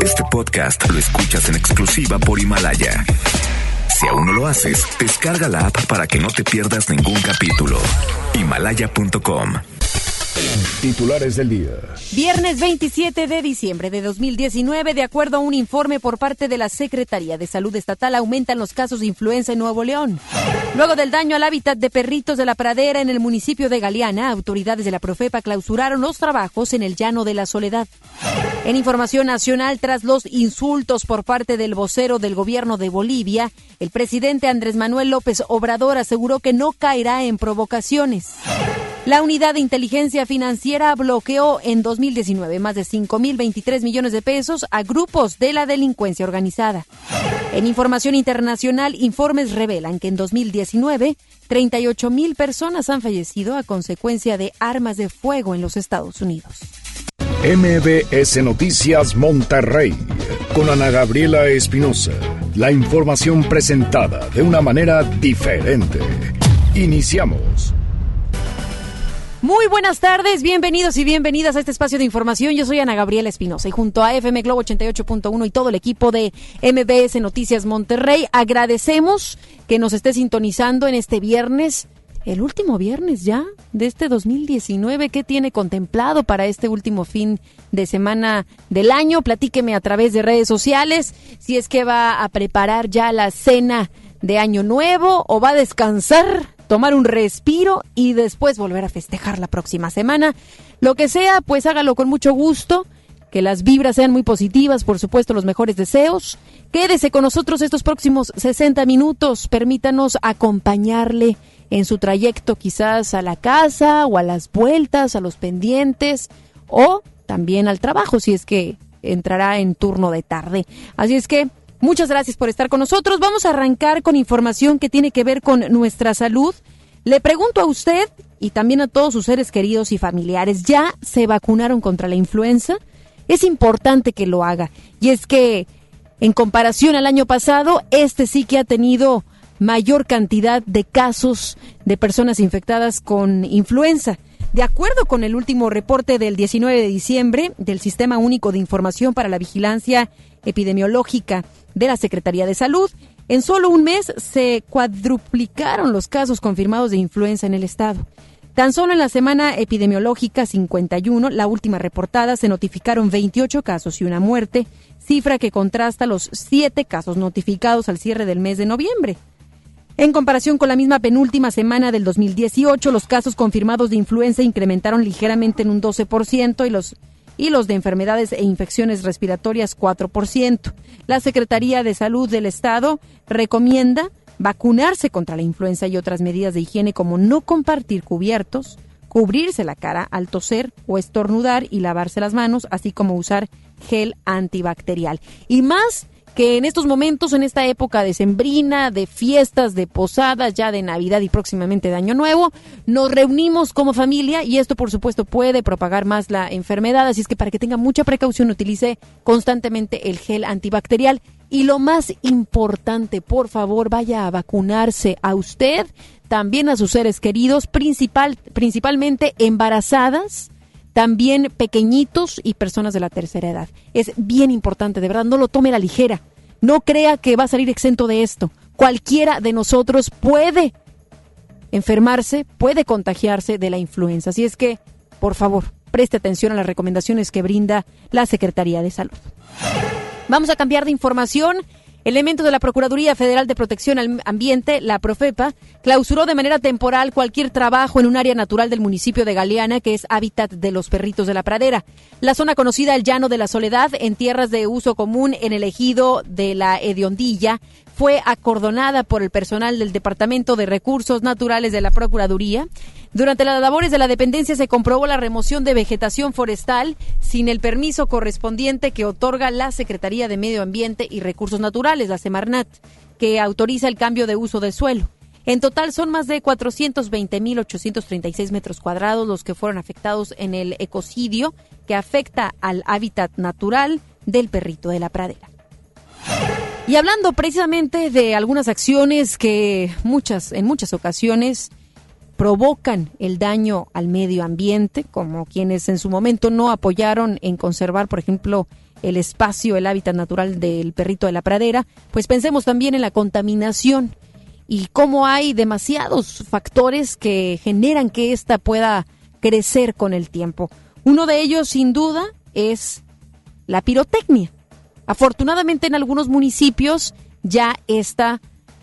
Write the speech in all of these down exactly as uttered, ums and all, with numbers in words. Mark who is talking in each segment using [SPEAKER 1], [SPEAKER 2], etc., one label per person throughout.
[SPEAKER 1] Este podcast lo escuchas en exclusiva por Himalaya. Si aún no lo haces, descarga la app para que no te pierdas ningún capítulo. Himalaya punto com.
[SPEAKER 2] Titulares del día.
[SPEAKER 3] Viernes veintisiete de diciembre de dos mil diecinueve, de acuerdo a un informe por parte de la Secretaría de Salud Estatal, aumentan los casos de influenza en Nuevo León. Luego del daño al hábitat de perritos de la pradera en el municipio de Galeana, autoridades de la Profepa clausuraron los trabajos en el Llano de la Soledad. En información nacional, tras los insultos por parte del vocero del gobierno de Bolivia, el presidente Andrés Manuel López Obrador aseguró que no caerá en provocaciones. La Unidad de Inteligencia Financiera bloqueó en dos mil diecinueve más de cinco mil veintitrés millones de pesos a grupos de la delincuencia organizada. En información internacional, informes revelan que en dos mil diecinueve, treinta y ocho mil personas han fallecido a consecuencia de armas de fuego en los Estados Unidos.
[SPEAKER 2] M B S Noticias Monterrey, con Ana Gabriela Espinosa. La información presentada de una manera diferente. Iniciamos.
[SPEAKER 3] Muy buenas tardes, bienvenidos y bienvenidas a este espacio de información. Yo soy Ana Gabriela Espinosa y junto a F M Globo ochenta y ocho punto uno y todo el equipo de M B S Noticias Monterrey, agradecemos que nos esté sintonizando en este viernes, el último viernes ya de este dos mil diecinueve. ¿Qué tiene contemplado para este último fin de semana del año? Platíqueme a través de redes sociales si es que va a preparar ya la cena de Año Nuevo o va a descansar, tomar un respiro y después volver a festejar la próxima semana. Lo que sea, pues hágalo con mucho gusto, que las vibras sean muy positivas, por supuesto los mejores deseos. Quédese con nosotros estos próximos sesenta minutos, permítanos acompañarle en su trayecto quizás a la casa o a las vueltas, a los pendientes o también al trabajo si es que entrará en turno de tarde. Así es que muchas gracias por estar con nosotros. Vamos a arrancar con información que tiene que ver con nuestra salud. Le pregunto a usted y también a todos sus seres queridos y familiares, ¿ya se vacunaron contra la influenza? Es importante que lo haga. Y es que, en comparación al año pasado, este sí que ha tenido mayor cantidad de casos de personas infectadas con influenza. De acuerdo con el último reporte del diecinueve de diciembre del Sistema Único de Información para la Vigilancia Epidemiológica de la Secretaría de Salud, en solo un mes se cuadruplicaron los casos confirmados de influenza en el estado. Tan solo en la semana epidemiológica cincuenta y uno, la última reportada, se notificaron veintiocho casos y una muerte, cifra que contrasta los siete casos notificados al cierre del mes de noviembre. En comparación con la misma penúltima semana del dos mil dieciocho, los casos confirmados de influenza incrementaron ligeramente en un doce por ciento y los y los de enfermedades e infecciones respiratorias cuatro por ciento. La Secretaría de Salud del Estado recomienda vacunarse contra la influenza y otras medidas de higiene como no compartir cubiertos, cubrirse la cara al toser o estornudar y lavarse las manos, así como usar gel antibacterial. Y más que en estos momentos, en esta época decembrina, de fiestas, de posadas, ya de Navidad y próximamente de Año Nuevo, nos reunimos como familia y esto, por supuesto, puede propagar más la enfermedad. Así es que para que tenga mucha precaución, utilice constantemente el gel antibacterial. Y lo más importante, por favor, vaya a vacunarse a usted, también a sus seres queridos, principal, principalmente embarazadas, también pequeñitos y personas de la tercera edad. Es bien importante, de verdad, no lo tome a la ligera. No crea que va a salir exento de esto. Cualquiera de nosotros puede enfermarse, puede contagiarse de la influenza. Así es que, por favor, preste atención a las recomendaciones que brinda la Secretaría de Salud. Vamos a cambiar de información. Elementos de la Procuraduría Federal de Protección al Ambiente, la Profepa, clausuró de manera temporal cualquier trabajo en un área natural del municipio de Galeana, que es hábitat de los perritos de la pradera. La zona conocida el Llano de la Soledad, en tierras de uso común en el ejido de la Hediondilla, fue acordonada por el personal del Departamento de Recursos Naturales de la Procuraduría. Durante las labores de la dependencia se comprobó la remoción de vegetación forestal sin el permiso correspondiente que otorga la Secretaría de Medio Ambiente y Recursos Naturales, la Semarnat, que autoriza el cambio de uso de suelo. En total son más de cuatrocientos veinte mil ochocientos treinta y seis metros cuadrados los que fueron afectados en el ecocidio que afecta al hábitat natural del perrito de la pradera. Y hablando precisamente de algunas acciones que muchas, en muchas ocasiones provocan el daño al medio ambiente, como quienes en su momento no apoyaron en conservar, por ejemplo, el espacio, el hábitat natural del perrito de la pradera, pues pensemos también en la contaminación y cómo hay demasiados factores que generan que ésta pueda crecer con el tiempo. Uno de ellos, sin duda, es la pirotecnia. Afortunadamente, en algunos municipios ya esta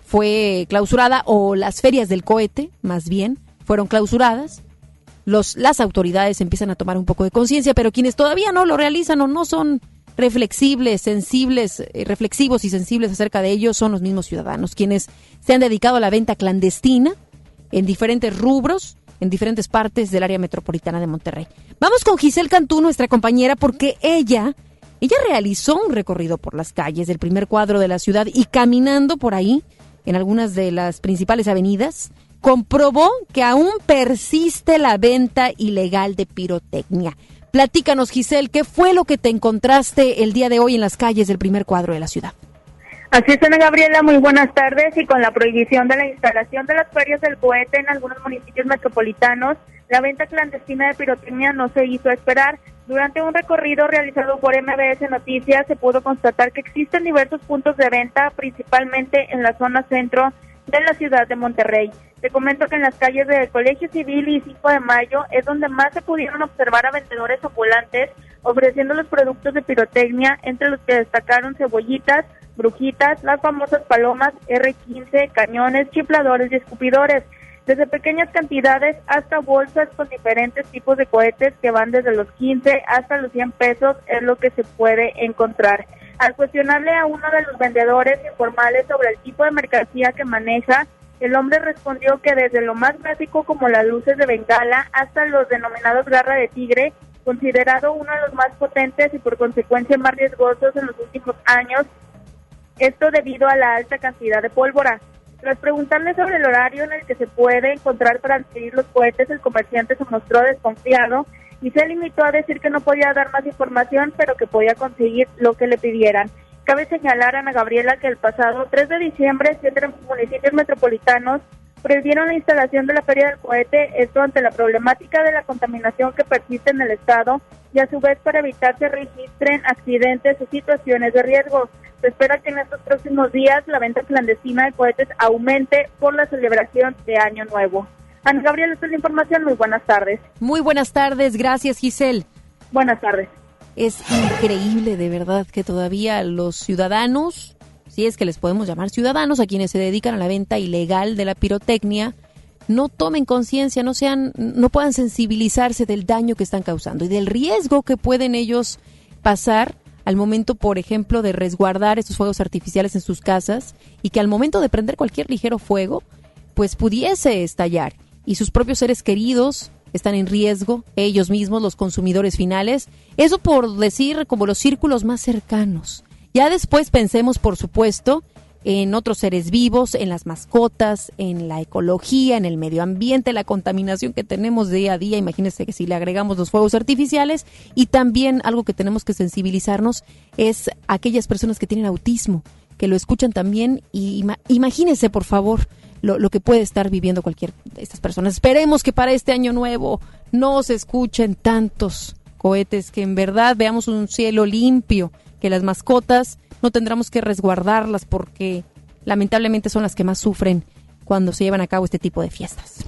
[SPEAKER 3] fue clausurada, o las ferias del cohete, más bien, fueron clausuradas. Los, las autoridades empiezan a tomar un poco de conciencia, pero quienes todavía no lo realizan o no son reflexibles, sensibles, eh, reflexivos y sensibles acerca de ello son los mismos ciudadanos, quienes se han dedicado a la venta clandestina en diferentes rubros, en diferentes partes del área metropolitana de Monterrey. Vamos con Giselle Cantú, nuestra compañera, porque ella, ella realizó un recorrido por las calles del primer cuadro de la ciudad y caminando por ahí, en algunas de las principales avenidas, comprobó que aún persiste la venta ilegal de pirotecnia. Platícanos, Giselle, ¿qué fue lo que te encontraste el día de hoy en las calles del primer cuadro de la ciudad?
[SPEAKER 4] Así es, Ana Gabriela, muy buenas tardes. Y con la prohibición de la instalación de las ferias del cohete en algunos municipios metropolitanos, la venta clandestina de pirotecnia no se hizo esperar. Durante un recorrido realizado por M B S Noticias se pudo constatar que existen diversos puntos de venta, principalmente en la zona centro de la ciudad de Monterrey. Te comento que en las calles del Colegio Civil y cinco de mayo es donde más se pudieron observar a vendedores ambulantes ofreciendo los productos de pirotecnia, entre los que destacaron cebollitas, brujitas, las famosas palomas erre quince, cañones, chifladores y escupidores, desde pequeñas cantidades hasta bolsas con diferentes tipos de cohetes que van desde los quince hasta los cien pesos es lo que se puede encontrar. Al cuestionarle a uno de los vendedores informales sobre el tipo de mercancía que maneja, el hombre respondió que desde lo más básico como las luces de bengala hasta los denominados garra de tigre, considerado uno de los más potentes y por consecuencia más riesgosos en los últimos años, esto debido a la alta cantidad de pólvora. Tras preguntarle sobre el horario en el que se puede encontrar para adquirir los cohetes, el comerciante se mostró desconfiado y se limitó a decir que no podía dar más información, pero que podía conseguir lo que le pidieran. Cabe señalar, Ana Gabriela, que el pasado tres de diciembre, siete municipios metropolitanos prohibieron la instalación de la Feria del Cohete, esto ante la problemática de la contaminación que persiste en el estado y a su vez para evitar que registren accidentes o situaciones de riesgo. Se espera que en estos próximos días la venta clandestina de cohetes aumente por la celebración de Año Nuevo. Ana Gabriela, esta es la información. Muy buenas tardes.
[SPEAKER 3] Muy buenas tardes. Gracias, Giselle.
[SPEAKER 4] Buenas tardes.
[SPEAKER 3] Es increíble, de verdad, que todavía los ciudadanos, si es que les podemos llamar ciudadanos, a quienes se dedican a la venta ilegal de la pirotecnia, no tomen conciencia, no sean, no puedan sensibilizarse del daño que están causando y del riesgo que pueden ellos pasar al momento, por ejemplo, de resguardar estos fuegos artificiales en sus casas y que al momento de prender cualquier ligero fuego, pues pudiese estallar y sus propios seres queridos están en riesgo, ellos mismos, los consumidores finales. Eso por decir como los círculos más cercanos. Ya después pensemos, por supuesto, en otros seres vivos, en las mascotas, en la ecología, en el medio ambiente, la contaminación que tenemos día a día. Imagínense que si le agregamos los fuegos artificiales, y también algo que tenemos que sensibilizarnos es aquellas personas que tienen autismo, que lo escuchan también, y ima- imagínense, por favor, Lo, lo que puede estar viviendo cualquier de estas personas. Esperemos que para este año nuevo no se escuchen tantos cohetes, que en verdad veamos un cielo limpio, que las mascotas no tendremos que resguardarlas porque lamentablemente son las que más sufren cuando se llevan a cabo este tipo de fiestas.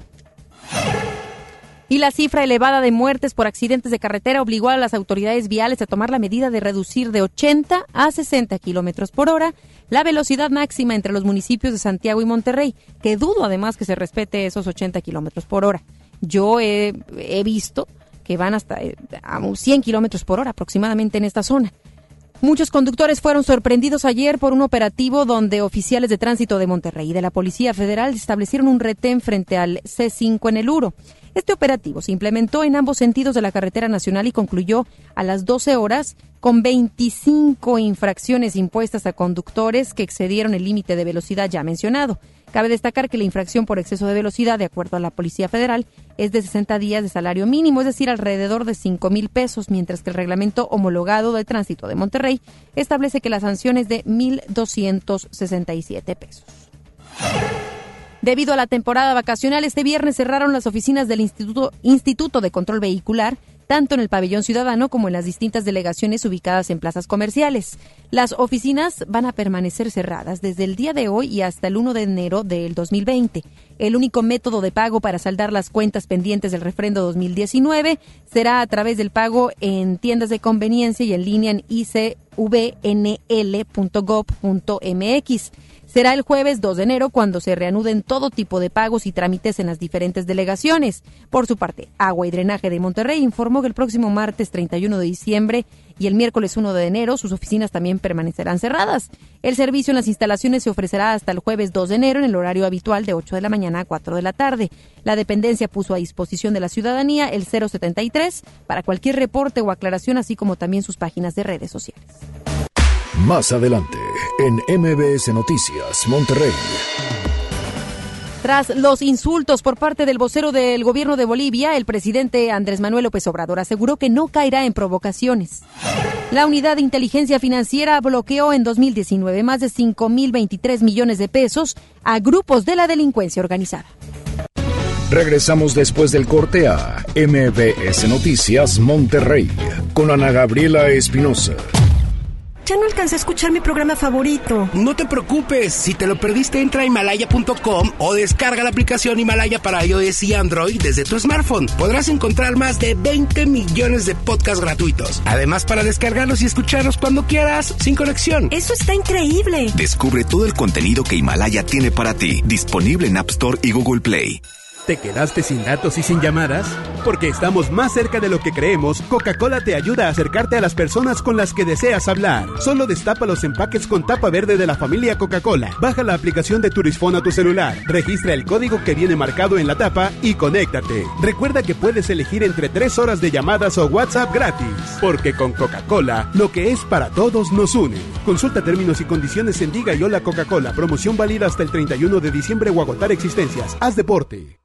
[SPEAKER 3] Y la cifra elevada de muertes por accidentes de carretera obligó a las autoridades viales a tomar la medida de reducir de ochenta a sesenta kilómetros por hora la velocidad máxima entre los municipios de Santiago y Monterrey, que dudo además que se respete esos ochenta kilómetros por hora. Yo he, he visto que van hasta eh, a cien kilómetros por hora aproximadamente en esta zona. Muchos conductores fueron sorprendidos ayer por un operativo donde oficiales de tránsito de Monterrey y de la Policía Federal establecieron un retén frente al ce cinco en el Uro. Este operativo se implementó en ambos sentidos de la carretera nacional y concluyó a las doce horas con veinticinco infracciones impuestas a conductores que excedieron el límite de velocidad ya mencionado. Cabe destacar que la infracción por exceso de velocidad, de acuerdo a la Policía Federal, es de sesenta días de salario mínimo, es decir, alrededor de cinco mil pesos, mientras que el reglamento homologado de tránsito de Monterrey establece que la sanción es de mil doscientos sesenta y siete pesos. Debido a la temporada vacacional, este viernes cerraron las oficinas del Instituto, Instituto de Control Vehicular, tanto en el pabellón ciudadano como en las distintas delegaciones ubicadas en plazas comerciales. Las oficinas van a permanecer cerradas desde el día de hoy y hasta el primero de enero del dos mil veinte. El único método de pago para saldar las cuentas pendientes del refrendo dos mil diecinueve será a través del pago en tiendas de conveniencia y en línea en i c v n l punto gov punto m x. Será el jueves dos de enero cuando se reanuden todo tipo de pagos y trámites en las diferentes delegaciones. Por su parte, Agua y Drenaje de Monterrey informó que el próximo martes treinta y uno de diciembre y el miércoles uno de enero sus oficinas también permanecerán cerradas. El servicio en las instalaciones se ofrecerá hasta el jueves dos de enero en el horario habitual de ocho de la mañana a cuatro de la tarde. La dependencia puso a disposición de la ciudadanía el cero setenta y tres para cualquier reporte o aclaración, así como también sus páginas de redes sociales.
[SPEAKER 2] Más adelante, en M B S Noticias, Monterrey.
[SPEAKER 3] Tras los insultos por parte del vocero del gobierno de Bolivia, el presidente Andrés Manuel López Obrador aseguró que no caerá en provocaciones. La Unidad de Inteligencia Financiera bloqueó en dos mil diecinueve más de cinco mil veintitrés millones de pesos a grupos de la delincuencia organizada.
[SPEAKER 2] Regresamos después del corte a M B S Noticias Monterrey con Ana Gabriela Espinosa.
[SPEAKER 5] Ya no alcancé a escuchar mi programa favorito.
[SPEAKER 6] No te preocupes, si te lo perdiste entra a Himalaya punto com o descarga la aplicación Himalaya para iOS y Android desde tu smartphone. Podrás encontrar más de veinte millones de podcasts gratuitos. Además, para descargarlos y escucharlos cuando quieras, sin conexión.
[SPEAKER 5] ¡Eso está increíble!
[SPEAKER 1] Descubre todo el contenido que Himalaya tiene para ti, disponible en App Store y Google Play.
[SPEAKER 7] ¿Te quedaste sin datos y sin llamadas? Porque estamos más cerca de lo que creemos, Coca-Cola te ayuda a acercarte a las personas con las que deseas hablar. Solo destapa los empaques con tapa verde de la familia Coca-Cola. Baja la aplicación de Turisfón a tu celular, registra el código que viene marcado en la tapa y conéctate. Recuerda que puedes elegir entre tres horas de llamadas o WhatsApp gratis. Porque con Coca-Cola, lo que es para todos nos une. Consulta términos y condiciones en Diga y Hola Coca-Cola. Promoción válida hasta el treinta y uno de diciembre o agotar existencias. Haz deporte.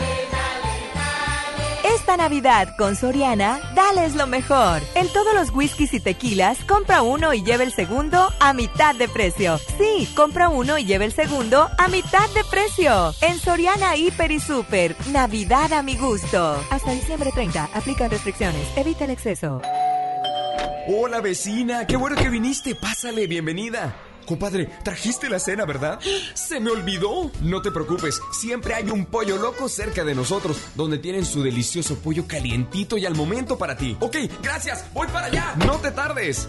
[SPEAKER 8] Esta Navidad con Soriana, dales lo mejor. En todos los whiskies y tequilas, compra uno y lleva el segundo a mitad de precio. Sí, compra uno y lleva el segundo a mitad de precio. En Soriana Hiper y Super, Navidad a mi gusto. Hasta diciembre treinta, aplican restricciones, evita el exceso.
[SPEAKER 9] Hola vecina, qué bueno que viniste, pásale, bienvenida. Compadre, trajiste la cena, ¿verdad? ¡Se me olvidó! No te preocupes, siempre hay un Pollo Loco cerca de nosotros, donde tienen su delicioso pollo calientito y al momento para ti. Ok, gracias, voy para allá, no te tardes.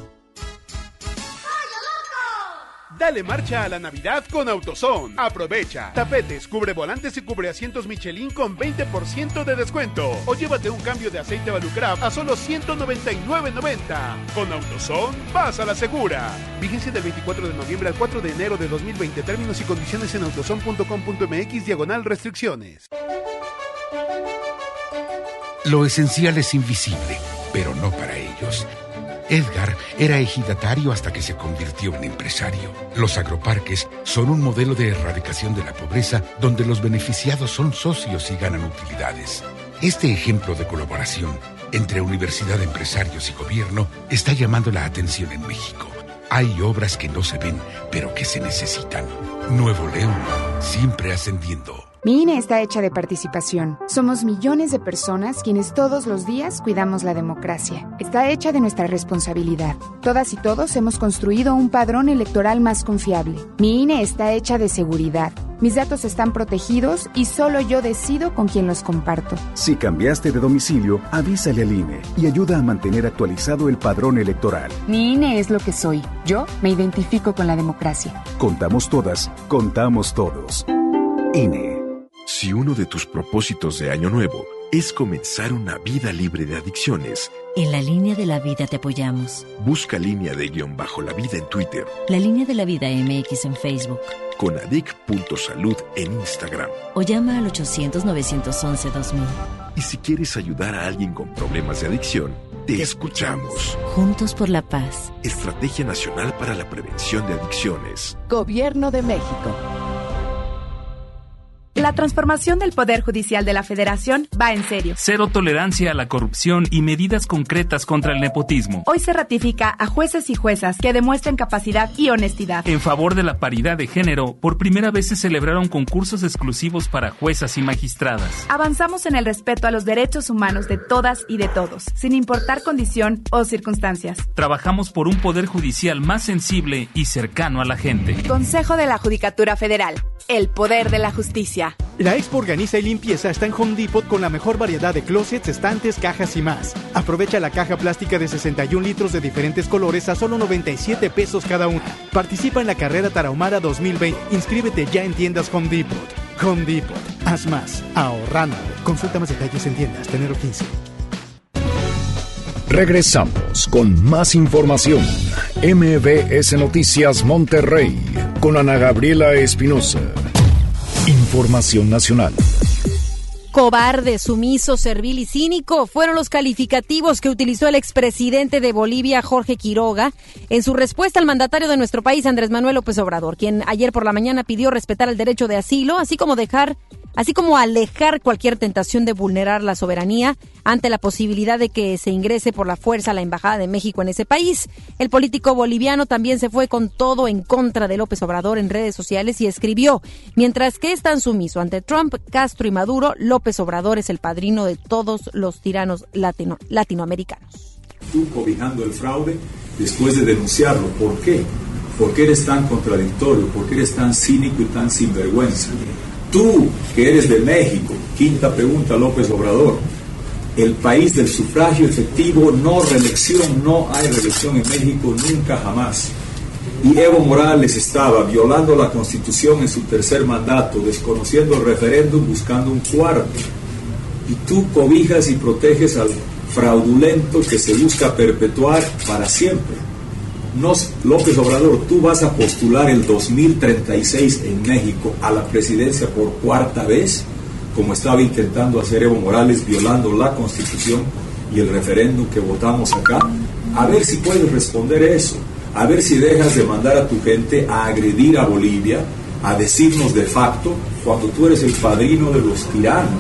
[SPEAKER 7] Dale marcha a la Navidad con AutoZone. Aprovecha. Tapetes, cubre volantes y cubre asientos Michelin con veinte por ciento de descuento. O llévate un cambio de aceite Valucraft a solo ciento noventa y nueve noventa. Con AutoZone, vas a la segura. Vigencia del veinticuatro de noviembre al cuatro de enero de dos mil veinte. Términos y condiciones en autozone punto com punto m x diagonal restricciones.
[SPEAKER 10] Lo esencial es invisible, pero no para ellos. Edgar era ejidatario hasta que se convirtió en empresario. Los agroparques son un modelo de erradicación de la pobreza donde los beneficiados son socios y ganan utilidades. Este ejemplo de colaboración entre universidad, empresarios y gobierno está llamando la atención en México. Hay obras que no se ven, pero que se necesitan. Nuevo León, siempre ascendiendo.
[SPEAKER 11] Mi I N E está hecha de participación. Somos millones de personas quienes todos los días cuidamos la democracia. Está hecha de nuestra responsabilidad. Todas y todos hemos construido un padrón electoral más confiable. Mi I N E está hecha de seguridad. Mis datos están protegidos y solo yo decido con quién los comparto.
[SPEAKER 12] Si cambiaste de domicilio, avísale al I N E y ayuda a mantener actualizado el padrón electoral.
[SPEAKER 11] Mi I N E es lo que soy. Yo me identifico con la democracia.
[SPEAKER 12] Contamos todas, contamos todos. I N E.
[SPEAKER 13] Si uno de tus propósitos de año nuevo es comenzar una vida libre de adicciones,
[SPEAKER 14] en la Línea de la Vida te apoyamos.
[SPEAKER 13] Busca Línea de guión bajo la vida en Twitter.
[SPEAKER 14] La Línea de la Vida M X en Facebook.
[SPEAKER 13] Conadic punto salud en Instagram.
[SPEAKER 14] O llama al ochocientos, novecientos once, dos mil.
[SPEAKER 13] Y si quieres ayudar a alguien con problemas de adicción, te, te escuchamos.
[SPEAKER 14] escuchamos. Juntos por la paz.
[SPEAKER 13] Estrategia Nacional para la Prevención de Adicciones.
[SPEAKER 15] Gobierno de México.
[SPEAKER 11] La transformación del Poder Judicial de la Federación va en serio.
[SPEAKER 15] Cero tolerancia a la corrupción y medidas concretas contra el nepotismo.
[SPEAKER 11] Hoy se ratifica a jueces y juezas que demuestren capacidad y honestidad.
[SPEAKER 15] En favor de la paridad de género, por primera vez se celebraron concursos exclusivos para juezas y magistradas.
[SPEAKER 11] Avanzamos en el respeto a los derechos humanos de todas y de todos, sin importar condición o circunstancias.
[SPEAKER 15] Trabajamos por un poder judicial más sensible y cercano a la gente.
[SPEAKER 11] Consejo de la Judicatura Federal. El poder de la justicia.
[SPEAKER 16] La Expo Organiza y Limpieza está en Home Depot con la mejor variedad de closets, estantes, cajas y más. Aprovecha la caja plástica de sesenta y un litros de diferentes colores a solo noventa y siete pesos cada una. Participa en la carrera Tarahumara dos mil veinte. Inscríbete ya en tiendas Home Depot. Home Depot. Haz más. Ahorrando. Consulta más detalles en tiendas. Enero quince.
[SPEAKER 2] Regresamos con más información. M B S Noticias Monterrey con Ana Gabriela Espinosa. Información nacional.
[SPEAKER 3] Cobarde, sumiso, servil y cínico fueron los calificativos que utilizó el expresidente de Bolivia, Jorge Quiroga, en su respuesta al mandatario de nuestro país, Andrés Manuel López Obrador, quien ayer por la mañana pidió respetar el derecho de asilo, así como dejar así como alejar cualquier tentación de vulnerar la soberanía ante la posibilidad de que se ingrese por la fuerza a la Embajada de México en ese país. El político boliviano también se fue con todo en contra de López Obrador en redes sociales y escribió: mientras que es tan sumiso ante Trump, Castro y Maduro, López Obrador es el padrino de todos los tiranos latino, latinoamericanos.
[SPEAKER 17] Tú cobijando el fraude después de denunciarlo. ¿Por qué? ¿Por qué eres tan contradictorio? ¿Por qué eres tan cínico y tan sinvergüenza? Tú, que eres de México, quinta pregunta, López Obrador, el país del sufragio efectivo, no reelección, no hay reelección en México nunca jamás. Y Evo Morales estaba violando la Constitución en su tercer mandato, desconociendo el referéndum, buscando un cuarto. Y tú cobijas y proteges al fraudulento que se busca perpetuar para siempre. No, López Obrador, tú vas a postular el dos mil treinta y seis en México a la presidencia por cuarta vez, como estaba intentando hacer Evo Morales, violando la Constitución y el referéndum que votamos acá. A ver si puedes responder eso, a ver si dejas de mandar a tu gente a agredir a Bolivia, a decirnos de facto, cuando tú eres el padrino de los tiranos.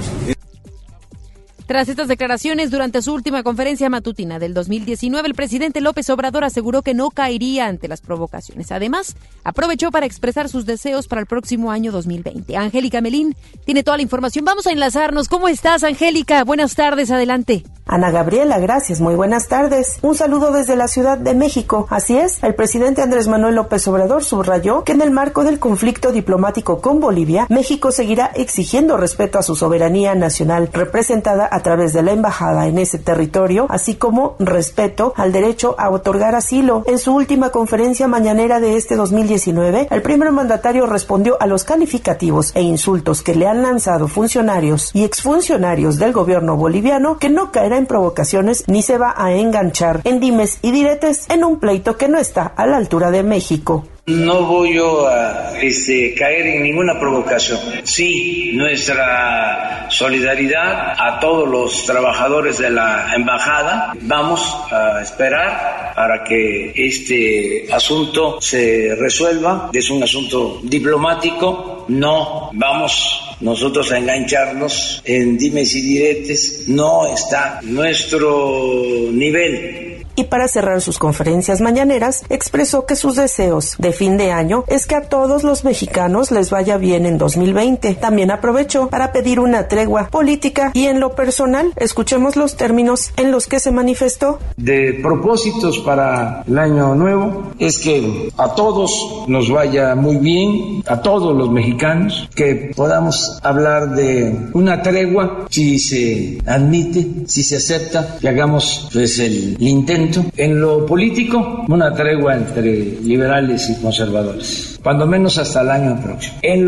[SPEAKER 3] Tras estas declaraciones, durante su última conferencia matutina del dos mil diecinueve, el presidente López Obrador aseguró que no caería ante las provocaciones. Además, aprovechó para expresar sus deseos para el próximo año dos mil veinte. Angélica Melín tiene toda la información. Vamos a enlazarnos. ¿Cómo estás, Angélica? Buenas tardes, adelante.
[SPEAKER 18] Ana Gabriela, gracias, muy buenas tardes. Un saludo desde la Ciudad de México. Así es, el presidente Andrés Manuel López Obrador subrayó que en el marco del conflicto diplomático con Bolivia, México seguirá exigiendo respeto a su soberanía nacional, representada a través de la embajada en ese territorio, así como respeto al derecho a otorgar asilo. En su última conferencia mañanera de este dos mil diecinueve, el primer mandatario respondió a los calificativos e insultos que le han lanzado funcionarios y exfuncionarios del gobierno boliviano, que no caerá en provocaciones ni se va a enganchar en dimes y diretes en un pleito que no está a la altura de México.
[SPEAKER 19] No voy yo a este, caer en ninguna provocación. Sí, nuestra solidaridad a todos los trabajadores de la embajada. Vamos a esperar para que este asunto se resuelva. Es un asunto diplomático. No vamos nosotros a engancharnos en dimes y diretes. No está nuestro nivel.
[SPEAKER 18] Y para cerrar sus conferencias mañaneras, expresó que sus deseos de fin de año es que a todos los mexicanos les vaya bien en dos mil veinte. También aprovechó para pedir una tregua política y en lo personal, escuchemos los términos en los que se manifestó.
[SPEAKER 19] De propósitos para el año nuevo es que a todos nos vaya muy bien, a todos los mexicanos, que podamos hablar de una tregua, si se admite, si se acepta, que hagamos pues el intento. En lo político, una tregua entre liberales y conservadores, cuando menos hasta el año próximo. En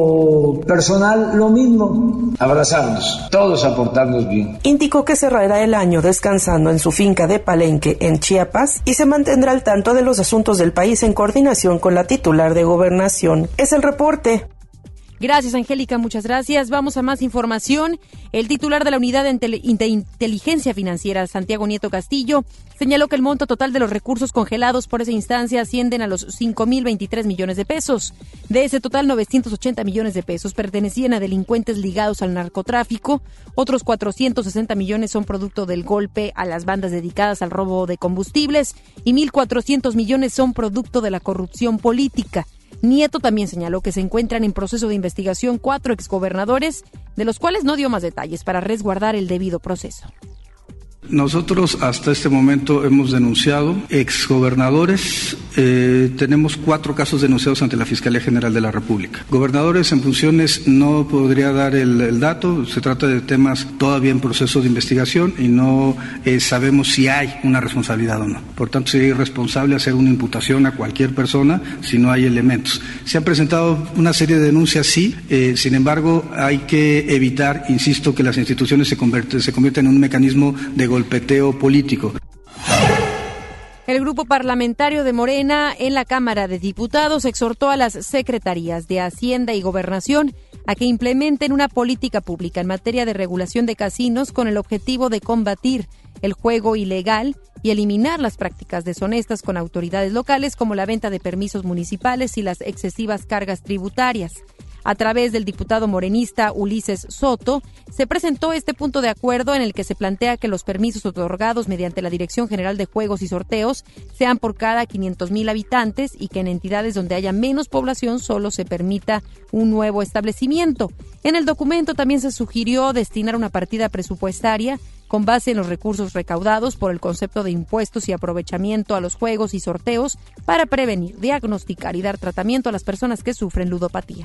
[SPEAKER 19] lo personal, lo mismo, abrazarnos, todos aportarnos bien.
[SPEAKER 18] Indicó que cerrará el año descansando en su finca de Palenque, en Chiapas, y se mantendrá al tanto de los asuntos del país en coordinación con la titular de Gobernación. Es el reporte.
[SPEAKER 3] Gracias, Angélica, muchas gracias. Vamos a más información. El titular de la Unidad de Inteligencia Financiera, Santiago Nieto Castillo, señaló que el monto total de los recursos congelados por esa instancia ascienden a los cinco mil veintitrés millones de pesos. De ese total, novecientos ochenta millones de pesos pertenecían a delincuentes ligados al narcotráfico. Otros cuatrocientos sesenta millones son producto del golpe a las bandas dedicadas al robo de combustibles y mil cuatrocientos millones son producto de la corrupción política. Nieto también señaló que se encuentran en proceso de investigación cuatro exgobernadores, de los cuales no dio más detalles para resguardar el debido proceso.
[SPEAKER 20] Nosotros hasta este momento hemos denunciado exgobernadores, eh, tenemos cuatro casos denunciados ante la Fiscalía General de la República. Gobernadores en funciones no podría dar el, el dato, se trata de temas todavía en proceso de investigación y no eh, sabemos si hay una responsabilidad o no. Por tanto, sería irresponsable hacer una imputación a cualquier persona si no hay elementos. Se han presentado una serie de denuncias, sí, eh, sin embargo hay que evitar, insisto, que las instituciones se, convierte, se conviertan en un mecanismo de golpeteo político.
[SPEAKER 3] El grupo parlamentario de Morena en la Cámara de Diputados exhortó a las secretarías de Hacienda y Gobernación a que implementen una política pública en materia de regulación de casinos con el objetivo de combatir el juego ilegal y eliminar las prácticas deshonestas con autoridades locales como la venta de permisos municipales y las excesivas cargas tributarias. A través del diputado morenista Ulises Soto, se presentó este punto de acuerdo en el que se plantea que los permisos otorgados mediante la Dirección General de Juegos y Sorteos sean por cada quinientos mil habitantes y que en entidades donde haya menos población solo se permita un nuevo establecimiento. En el documento también se sugirió destinar una partida presupuestaria con base en los recursos recaudados por el concepto de impuestos y aprovechamiento a los juegos y sorteos para prevenir, diagnosticar y dar tratamiento a las personas que sufren ludopatía.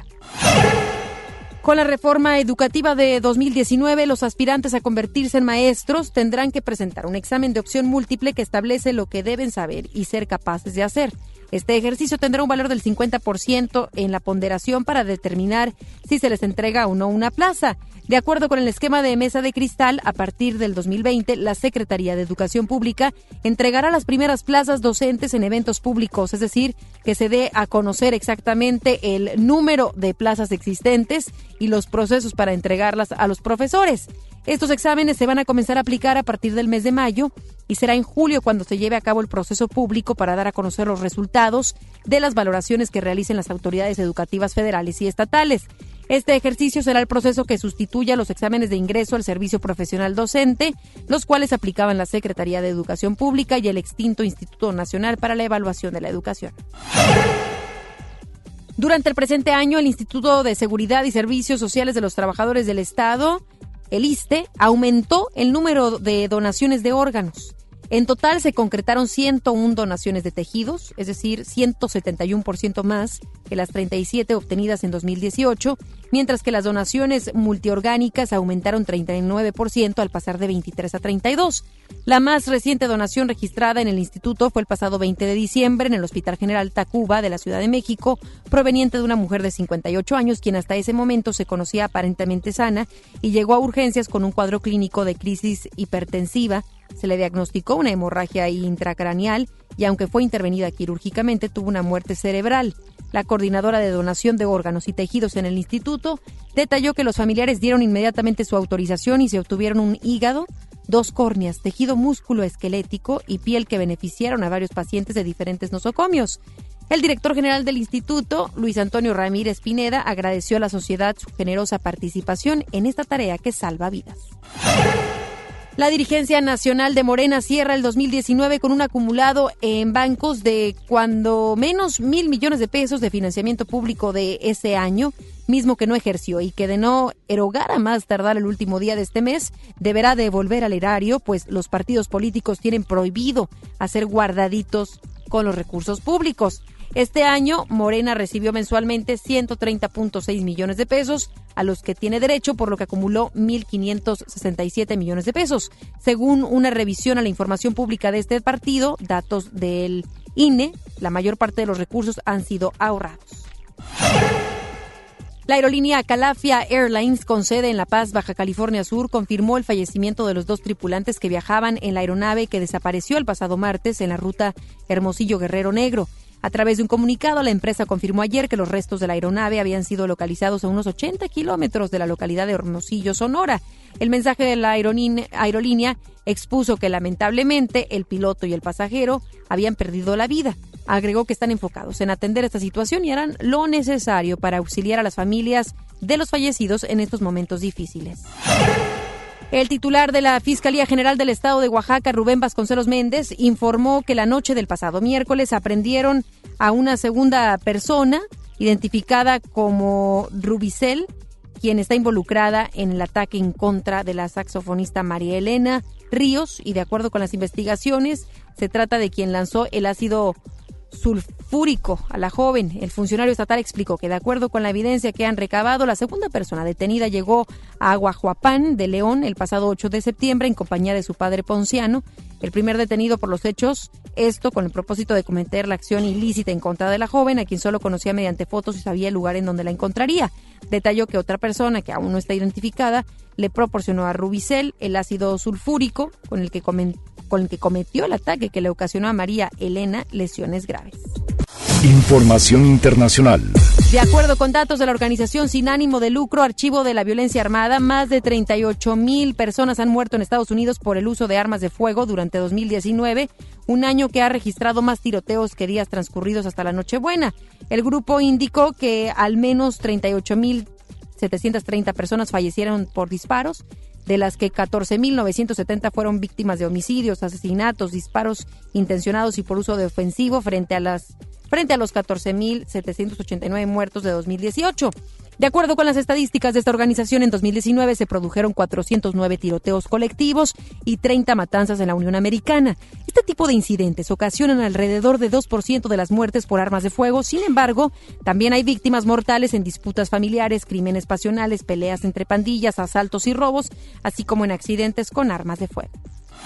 [SPEAKER 3] Con la reforma educativa de dos mil diecinueve, los aspirantes a convertirse en maestros tendrán que presentar un examen de opción múltiple que establece lo que deben saber y ser capaces de hacer. Este ejercicio tendrá un valor del cincuenta por ciento en la ponderación para determinar si se les entrega o no una plaza. De acuerdo con el esquema de Mesa de Cristal, a partir del dos mil veinte, la Secretaría de Educación Pública entregará las primeras plazas docentes en eventos públicos, es decir, que se dé a conocer exactamente el número de plazas existentes y los procesos para entregarlas a los profesores. Estos exámenes se van a comenzar a aplicar a partir del mes de mayo y será en julio cuando se lleve a cabo el proceso público para dar a conocer los resultados de las valoraciones que realicen las autoridades educativas federales y estatales. Este ejercicio será el proceso que sustituya los exámenes de ingreso al servicio profesional docente, los cuales aplicaban la Secretaría de Educación Pública y el extinto Instituto Nacional para la Evaluación de la Educación. Durante el presente año, el Instituto de Seguridad y Servicios Sociales de los Trabajadores del Estado, el I S S S T E, aumentó el número de donaciones de órganos. En total se concretaron ciento una donaciones de tejidos, es decir, ciento setenta y uno por ciento más que las treinta y siete obtenidas en dos mil dieciocho, mientras que las donaciones multiorgánicas aumentaron treinta y nueve por ciento al pasar de veintitrés a treinta y dos. La más reciente donación registrada en el instituto fue el pasado veinte de diciembre en el Hospital General Tacuba de la Ciudad de México, proveniente de una mujer de cincuenta y ocho años, quien hasta ese momento se conocía aparentemente sana y llegó a urgencias con un cuadro clínico de crisis hipertensiva. Se le diagnosticó una hemorragia intracraneal y aunque fue intervenida quirúrgicamente, tuvo una muerte cerebral. La coordinadora de donación de órganos y tejidos en el instituto detalló que los familiares dieron inmediatamente su autorización y se obtuvieron un hígado, dos córneas, tejido músculo-esquelético y piel que beneficiaron a varios pacientes de diferentes nosocomios. El director general del instituto, Luis Antonio Ramírez Pineda, agradeció a la sociedad su generosa participación en esta tarea que salva vidas. La dirigencia nacional de Morena cierra el dos mil diecinueve con un acumulado en bancos de cuando menos mil millones de pesos de financiamiento público de ese año, mismo que no ejerció y que de no erogar a más tardar el último día de este mes, deberá devolver al erario, pues los partidos políticos tienen prohibido hacer guardaditos con los recursos públicos. Este año, Morena recibió mensualmente ciento treinta punto seis millones de pesos, a los que tiene derecho, por lo que acumuló mil quinientos sesenta y siete millones de pesos. Según una revisión a la información pública de este partido, datos del I N E, la mayor parte de los recursos han sido ahorrados. La aerolínea Calafia Airlines, con sede en La Paz, Baja California Sur, confirmó el fallecimiento de los dos tripulantes que viajaban en la aeronave que desapareció el pasado martes en la ruta Hermosillo-Guerrero Negro. A través de un comunicado, la empresa confirmó ayer que los restos de la aeronave habían sido localizados a unos ochenta kilómetros de la localidad de Hermosillo, Sonora. El mensaje de la aerolínea expuso que lamentablemente el piloto y el pasajero habían perdido la vida. Agregó que están enfocados en atender esta situación y harán lo necesario para auxiliar a las familias de los fallecidos en estos momentos difíciles. El titular de la Fiscalía General del Estado de Oaxaca, Rubén Vasconcelos Méndez, informó que la noche del pasado miércoles aprendieron a una segunda persona identificada como Rubicel, quien está involucrada en el ataque en contra de la saxofonista María Elena Ríos, y de acuerdo con las investigaciones, se trata de quien lanzó el ácido sulfúrico a la joven. El funcionario estatal explicó que de acuerdo con la evidencia que han recabado, la segunda persona detenida llegó a Aguajuapán de León el pasado ocho de septiembre en compañía de su padre Ponciano, el primer detenido por los hechos, esto con el propósito de cometer la acción ilícita en contra de la joven, a quien solo conocía mediante fotos y sabía el lugar en donde la encontraría. Detalló que otra persona, que aún no está identificada, le proporcionó a Rubicel el ácido sulfúrico con el que comentó con el que cometió el ataque que le ocasionó a María Elena lesiones graves.
[SPEAKER 2] Información internacional.
[SPEAKER 3] De acuerdo con datos de la organización sin ánimo de lucro Archivo de la Violencia Armada, más de treinta y ocho mil personas han muerto en Estados Unidos por el uso de armas de fuego durante dos mil diecinueve, un año que ha registrado más tiroteos que días transcurridos hasta la Nochebuena. El grupo indicó que al menos treinta y ocho mil setecientas treinta personas fallecieron por disparos, de las que catorce mil novecientos setenta fueron víctimas de homicidios, asesinatos, disparos intencionados y por uso de ofensivo frente a las frente a los catorce mil setecientos ochenta y nueve muertos de dos mil dieciocho. De acuerdo con las estadísticas de esta organización, en dos mil diecinueve se produjeron cuatrocientos nueve tiroteos colectivos y treinta matanzas en la Unión Americana. Este tipo de incidentes ocasionan alrededor de dos por ciento de las muertes por armas de fuego. Sin embargo, también hay víctimas mortales en disputas familiares, crímenes pasionales, peleas entre pandillas, asaltos y robos, así como en accidentes con armas de fuego.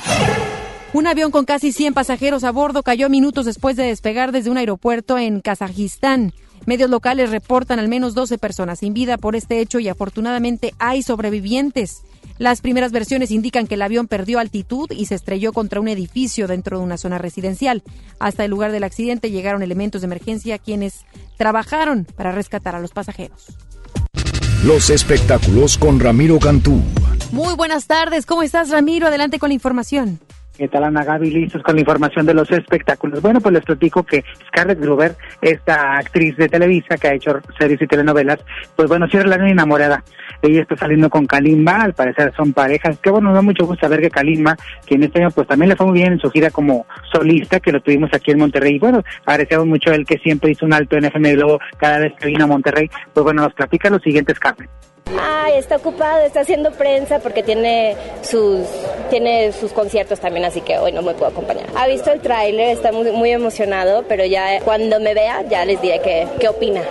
[SPEAKER 3] Un avión con casi cien pasajeros a bordo cayó minutos después de despegar desde un aeropuerto en Kazajistán. Medios locales reportan al menos doce personas sin vida por este hecho y afortunadamente hay sobrevivientes. Las primeras versiones indican que el avión perdió altitud y se estrelló contra un edificio dentro de una zona residencial. Hasta el lugar del accidente llegaron elementos de emergencia quienes trabajaron para rescatar a los pasajeros.
[SPEAKER 2] Los espectáculos con Ramiro Cantú.
[SPEAKER 3] Muy buenas tardes, ¿cómo estás, Ramiro? Adelante con la información.
[SPEAKER 21] ¿Qué tal, Ana Gaby? Listos con la información de los espectáculos. Bueno, pues les platico que Scarlett Gruber, esta actriz de Televisa que ha hecho series y telenovelas, pues bueno, cierra la noche enamorada. Ella está saliendo con Kalimba, al parecer son parejas. Que bueno, nos da mucho gusto saber que Kalimba, que en este año pues también le fue muy bien en su gira como solista, que lo tuvimos aquí en Monterrey. Y bueno, agradecemos mucho a él que siempre hizo un alto en F M Globo cada vez que vino a Monterrey. Pues bueno, nos platica lo siguiente, Scarlett.
[SPEAKER 22] Ay, está ocupado, está haciendo prensa porque tiene sus tiene sus conciertos también, así que hoy no me puedo acompañar. Ha visto el tráiler, está muy, muy emocionado, pero ya cuando me vea ya les diré qué, qué opina.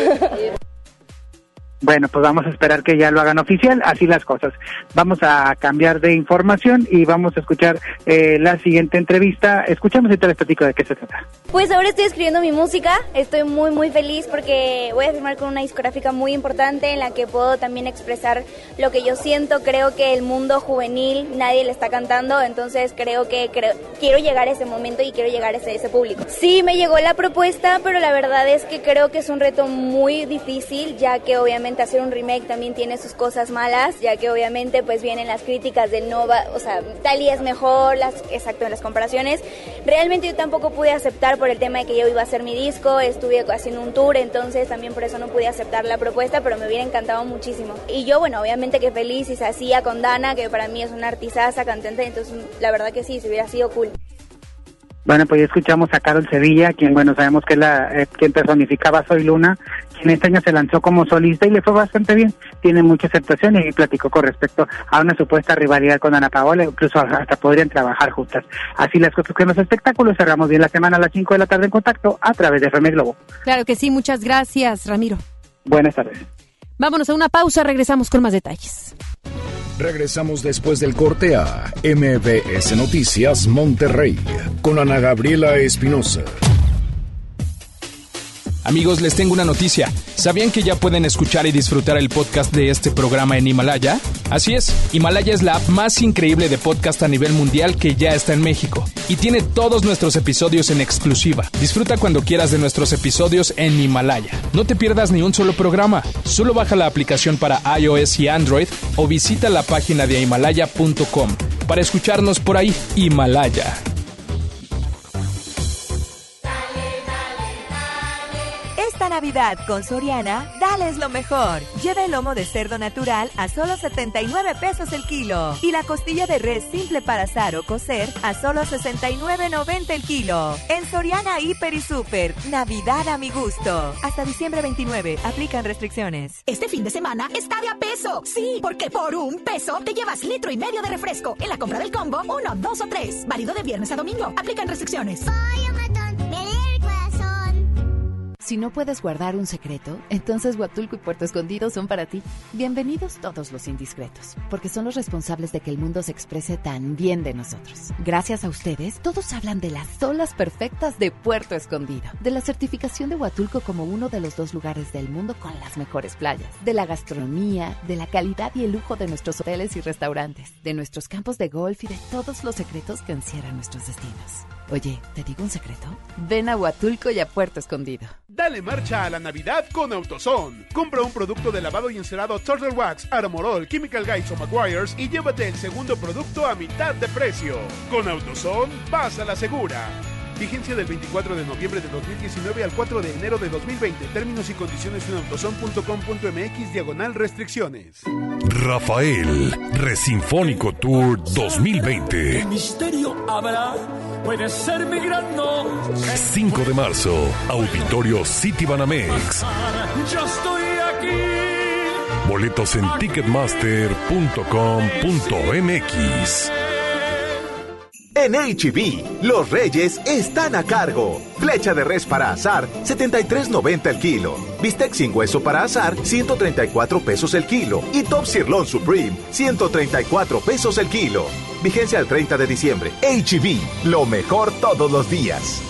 [SPEAKER 21] Bueno, pues vamos a esperar que ya lo hagan oficial, así las cosas. Vamos a cambiar de información y vamos a escuchar eh, la siguiente entrevista. Escuchamos y te les platico de qué se trata.
[SPEAKER 23] Pues ahora estoy escribiendo mi música, estoy muy muy feliz porque voy a firmar con una discográfica muy importante en la que puedo también expresar lo que yo siento. Creo que el mundo juvenil nadie le está cantando, entonces creo que creo, quiero llegar a ese momento y quiero llegar a ese, ese público. Sí, me llegó la propuesta, pero la verdad es que creo que es un reto muy difícil, ya que obviamente hacer un remake también tiene sus cosas malas, ya que obviamente pues vienen las críticas de no va, o sea, tal y es mejor, las, exacto, en las comparaciones. Realmente yo tampoco pude aceptar por el tema de que yo iba a hacer mi disco, estuve haciendo un tour, entonces también por eso no pude aceptar la propuesta, pero me hubiera encantado muchísimo. Y yo, bueno, obviamente que feliz y se hacía con Dana, que para mí es una artistaza, cantante, entonces la verdad que sí, se hubiera sido cool.
[SPEAKER 21] Bueno, pues ya escuchamos a Carol Sevilla, quien, bueno, sabemos que es la eh, quien personificaba Soy Luna, quien este año se lanzó como solista y le fue bastante bien. Tiene mucha aceptación y platicó con respecto a una supuesta rivalidad con Ana Paola, incluso hasta podrían trabajar juntas. Así las cosas con los espectáculos. Cerramos bien la semana a las cinco de la tarde en Contacto a través de F M Globo.
[SPEAKER 3] Claro que sí, muchas gracias, Ramiro.
[SPEAKER 21] Buenas tardes.
[SPEAKER 3] Vámonos a una pausa, regresamos con más detalles.
[SPEAKER 2] Regresamos después del corte a M B S Noticias Monterrey con Ana Gabriela Espinosa.
[SPEAKER 4] Amigos, les tengo una noticia. ¿Sabían que ya pueden escuchar y disfrutar el podcast de este programa en Himalaya? Así es, Himalaya es la app más increíble de podcast a nivel mundial que ya está en México y tiene todos nuestros episodios en exclusiva. Disfruta cuando quieras de nuestros episodios en Himalaya. No te pierdas ni un solo programa. Solo baja la aplicación para iOS y Android o visita la página de himalaya punto com para escucharnos por ahí. Himalaya.
[SPEAKER 8] Esta Navidad con Soriana, dales lo mejor. Lleva el lomo de cerdo natural a solo setenta y nueve pesos el kilo y la costilla de res simple para asar o cocer a solo sesenta y nueve noventa el kilo. En Soriana Hiper y Super, Navidad a mi gusto. Hasta diciembre veintinueve, aplican restricciones.
[SPEAKER 5] Este fin de semana está de a peso. Sí, porque por un peso te llevas litro y medio de refresco en la compra del combo uno, dos o tres. Válido de viernes a domingo. Aplican restricciones.
[SPEAKER 6] Si no puedes guardar un secreto, entonces Huatulco y Puerto Escondido son para ti. Bienvenidos todos los indiscretos, porque son los responsables de que el mundo se exprese tan bien de nosotros. Gracias a ustedes, todos hablan de las olas perfectas de Puerto Escondido, de la certificación de Huatulco como uno de los dos lugares del mundo con las mejores playas, de la gastronomía, de la calidad y el lujo de nuestros hoteles y restaurantes, de nuestros campos de golf y de todos los secretos que encierran nuestros destinos. Oye, ¿te digo un secreto? Ven a Huatulco y a Puerto Escondido.
[SPEAKER 7] Dale marcha a la Navidad con AutoZone. Compra un producto de lavado y encerado Turtle Wax, Armorol, Chemical Guys o Meguiar's y llévate el segundo producto a mitad de precio. Con AutoZone, vas a la segura. Vigencia del veinticuatro de noviembre de dos mil diecinueve al cuatro de enero de dos mil veinte. Términos y condiciones en autozone punto com punto m x diagonal restricciones.
[SPEAKER 24] Rafael, Resinfónico Tour dos mil veinte.
[SPEAKER 25] El misterio habrá, puede ser mi gran no.
[SPEAKER 24] cinco de marzo, Auditorio City Banamex.
[SPEAKER 25] Yo estoy aquí.
[SPEAKER 24] Boletos en ticketmaster punto com punto m x.
[SPEAKER 26] En H E B, los reyes están a cargo. Flecha de res para asar, setenta y tres noventa el kilo. Bistec sin hueso para asar, ciento treinta y cuatro pesos el kilo. Y Top Sirloin Supreme, ciento treinta y cuatro pesos el kilo. Vigencia al treinta de diciembre. H E B, lo mejor todos los días.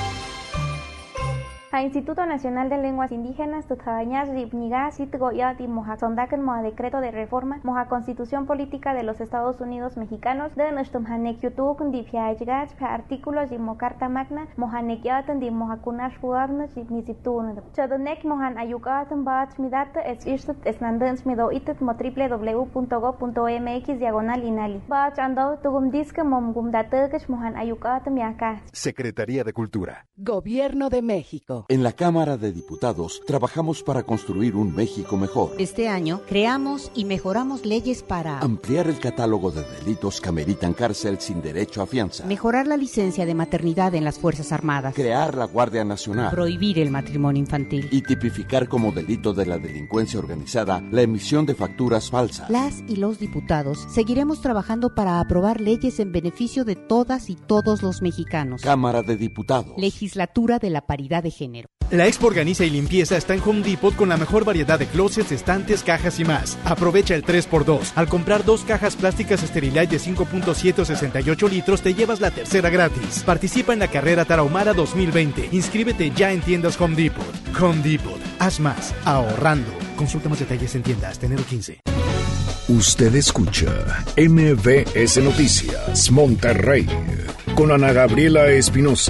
[SPEAKER 27] A Instituto Nacional de Lenguas Indígenas, Tutjabañas, Ribniga, Sitgoya, y Moja Sondaken, Moja Decreto de Reforma, Moja Constitución Política de los Estados Unidos Mexicanos, de Nustumhanek YouTube, Dipiaigach, Artículos y Mocarta Magna, Mojanek Yatan, Di Moja Kunash Fuabnas, Nisiptun. Chodonek Mojan Ayukatan Bach Midat, es Irsut, Esnandans Mido Itet, Mo w w w punto go punto m x diagonal Inali. Bach Ando, Tugum Disque, Mom Gumdatekesh, Mojan Ayukatan Miaka.
[SPEAKER 28] Secretaría de Cultura.
[SPEAKER 29] Gobierno de México.
[SPEAKER 30] En la Cámara de Diputados trabajamos para construir un México mejor.
[SPEAKER 31] Este año creamos y mejoramos leyes para
[SPEAKER 30] ampliar el catálogo de delitos que ameritan cárcel sin derecho a fianza,
[SPEAKER 31] mejorar la licencia de maternidad en las Fuerzas Armadas,
[SPEAKER 30] crear la Guardia Nacional,
[SPEAKER 31] prohibir el matrimonio infantil
[SPEAKER 30] y tipificar como delito de la delincuencia organizada la emisión de facturas falsas.
[SPEAKER 31] Las y los diputados seguiremos trabajando para aprobar leyes en beneficio de todas y todos los mexicanos.
[SPEAKER 30] Cámara de Diputados.
[SPEAKER 31] Legislatura de la Paridad de Género.
[SPEAKER 16] La Expo Organiza y Limpieza está en Home Depot con la mejor variedad de closets, estantes, cajas y más. Aprovecha el tres por dos. Al comprar dos cajas plásticas Sterilite de cinco punto siete o sesenta y ocho litros, te llevas la tercera gratis. Participa en la carrera Tarahumara dos mil veinte. Inscríbete ya en tiendas Home Depot. Home Depot. Haz más. Ahorrando. Consulta más detalles en tiendas. Enero quince.
[SPEAKER 2] Usted escucha M B S Noticias Monterrey con Ana Gabriela Espinosa.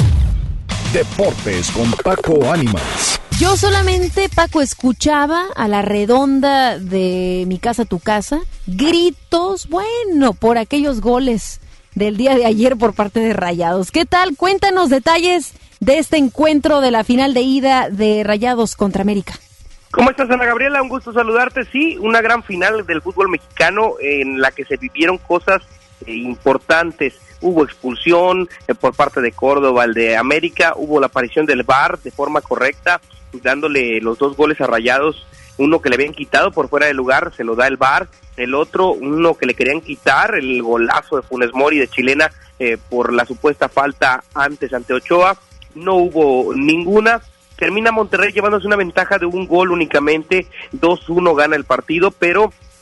[SPEAKER 2] Deportes con Paco Ánimas.
[SPEAKER 3] Yo solamente, Paco, escuchaba a la redonda de Mi Casa, Tu Casa, gritos, bueno, por aquellos goles del día de ayer por parte de Rayados. ¿Qué tal? Cuéntanos detalles de este encuentro de la final de ida de Rayados contra América.
[SPEAKER 32] ¿Cómo estás, Ana Gabriela? Un gusto saludarte. Sí, una gran final del fútbol mexicano en la que se vivieron cosas eh, importantes. Hubo expulsión eh, por parte de Córdoba, el de América, hubo la aparición del V A R de forma correcta, dándole los dos goles a Rayados, uno que le habían quitado por fuera de lugar, se lo da el V A R, el otro, uno que le querían quitar, el golazo de Funes Mori de Chilena eh, por la supuesta falta antes ante Ochoa, no hubo ninguna. Termina Monterrey llevándose una ventaja de un gol únicamente, dos uno gana el partido, pero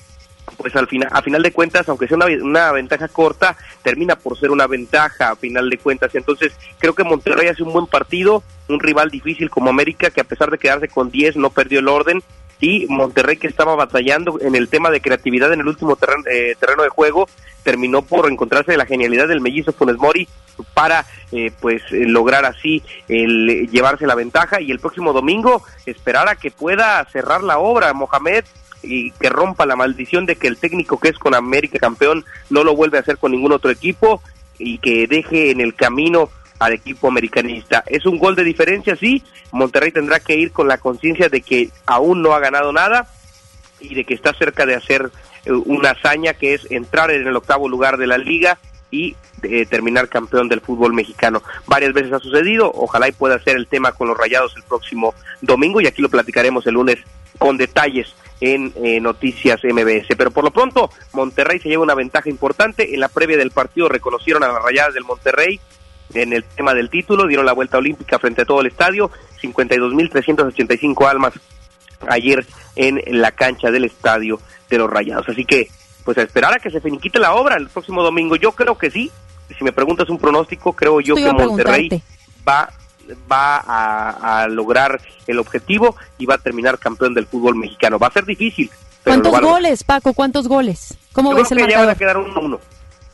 [SPEAKER 32] pues al final, a final de cuentas, aunque sea una, una ventaja corta, termina por ser una ventaja a final de cuentas. Entonces creo que Monterrey hace un buen partido, un rival difícil como América, que a pesar de quedarse con diez no perdió el orden, y Monterrey, que estaba batallando en el tema de creatividad en el último terreno, eh, terreno de juego, terminó por encontrarse la genialidad del mellizo Funes Mori para eh, pues eh, lograr así el eh, llevarse la ventaja, y el próximo domingo esperar a que pueda cerrar la obra Mohamed, y que rompa la maldición de que el técnico que es con América campeón no lo vuelve a hacer con ningún otro equipo, y que deje en el camino al equipo americanista. Es un gol de diferencia, sí. Monterrey tendrá que ir con la conciencia de que aún no ha ganado nada y de que está cerca de hacer una hazaña, que es entrar en el octavo lugar de la liga y eh, terminar campeón del fútbol mexicano. Varias veces ha sucedido, ojalá y pueda ser el tema con los Rayados el próximo domingo, y aquí lo platicaremos el lunes con detalles en eh, Noticias M B S. Pero por lo pronto, Monterrey se lleva una ventaja importante. En la previa del partido reconocieron a las Rayadas del Monterrey en el tema del título, dieron la vuelta olímpica frente a todo el estadio, cincuenta y dos mil trescientas ochenta y cinco almas ayer en la cancha del estadio de los Rayados. Así que, pues a esperar a que se finiquite la obra el próximo domingo. Yo creo que sí. Si me preguntas un pronóstico, creo yo Estoy que Monterrey va va a, a lograr el objetivo y va a terminar campeón del fútbol mexicano. Va a ser difícil. Pero
[SPEAKER 3] ¿Cuántos goles, Paco? ¿Cuántos goles? ¿Cómo
[SPEAKER 32] yo
[SPEAKER 3] ves
[SPEAKER 32] creo
[SPEAKER 3] el
[SPEAKER 32] que
[SPEAKER 3] marcador?
[SPEAKER 32] Ya van a quedar uno uno.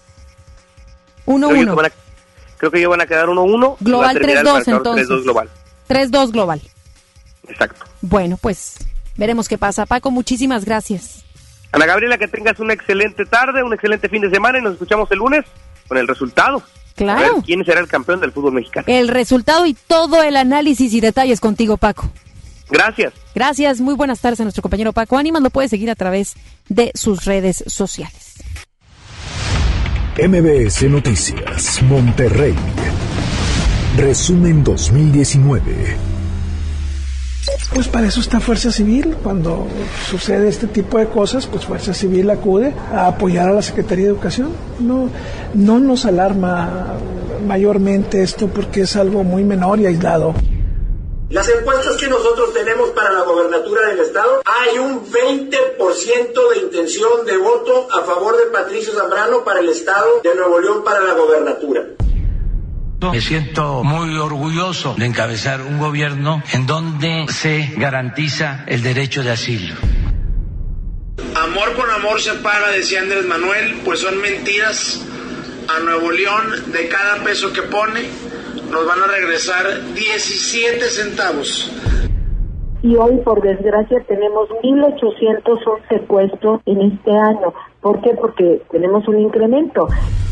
[SPEAKER 3] uno uno.
[SPEAKER 32] Creo que ya van a quedar uno uno.
[SPEAKER 3] Global tres dos entonces.
[SPEAKER 32] tres dos global.
[SPEAKER 3] tres dos global.
[SPEAKER 32] Exacto.
[SPEAKER 3] Bueno, pues veremos qué pasa. Paco, muchísimas gracias.
[SPEAKER 32] Ana Gabriela, que tengas una excelente tarde, un excelente fin de semana, y nos escuchamos el lunes con el resultado.
[SPEAKER 3] Claro.
[SPEAKER 32] A ver quién será el campeón del fútbol mexicano.
[SPEAKER 3] El resultado y todo el análisis y detalles contigo, Paco.
[SPEAKER 32] Gracias.
[SPEAKER 3] Gracias, muy buenas tardes a nuestro compañero Paco Ánimas. Lo puede seguir a través de sus redes sociales.
[SPEAKER 2] M B S Noticias, Monterrey. Resumen dos mil diecinueve.
[SPEAKER 1] Pues para eso está Fuerza Civil. Cuando sucede este tipo de cosas, pues Fuerza Civil acude a apoyar a la Secretaría de Educación. No, no nos alarma mayormente esto porque es algo muy menor y aislado.
[SPEAKER 9] Las encuestas que nosotros tenemos para la gobernatura del estado, hay un veinte por ciento de intención de voto a favor de Patricio Zambrano para el estado de Nuevo León para la gobernatura.
[SPEAKER 10] Me siento muy orgulloso de encabezar un gobierno en donde se garantiza el derecho de asilo.
[SPEAKER 9] Amor con amor se paga, decía Andrés Manuel, pues son mentiras. A Nuevo León, de cada peso que pone, nos van a regresar diecisiete centavos.
[SPEAKER 11] Y hoy, por desgracia, tenemos mil ochocientos once puestos en este año. ¿Por qué? Porque tenemos un incremento.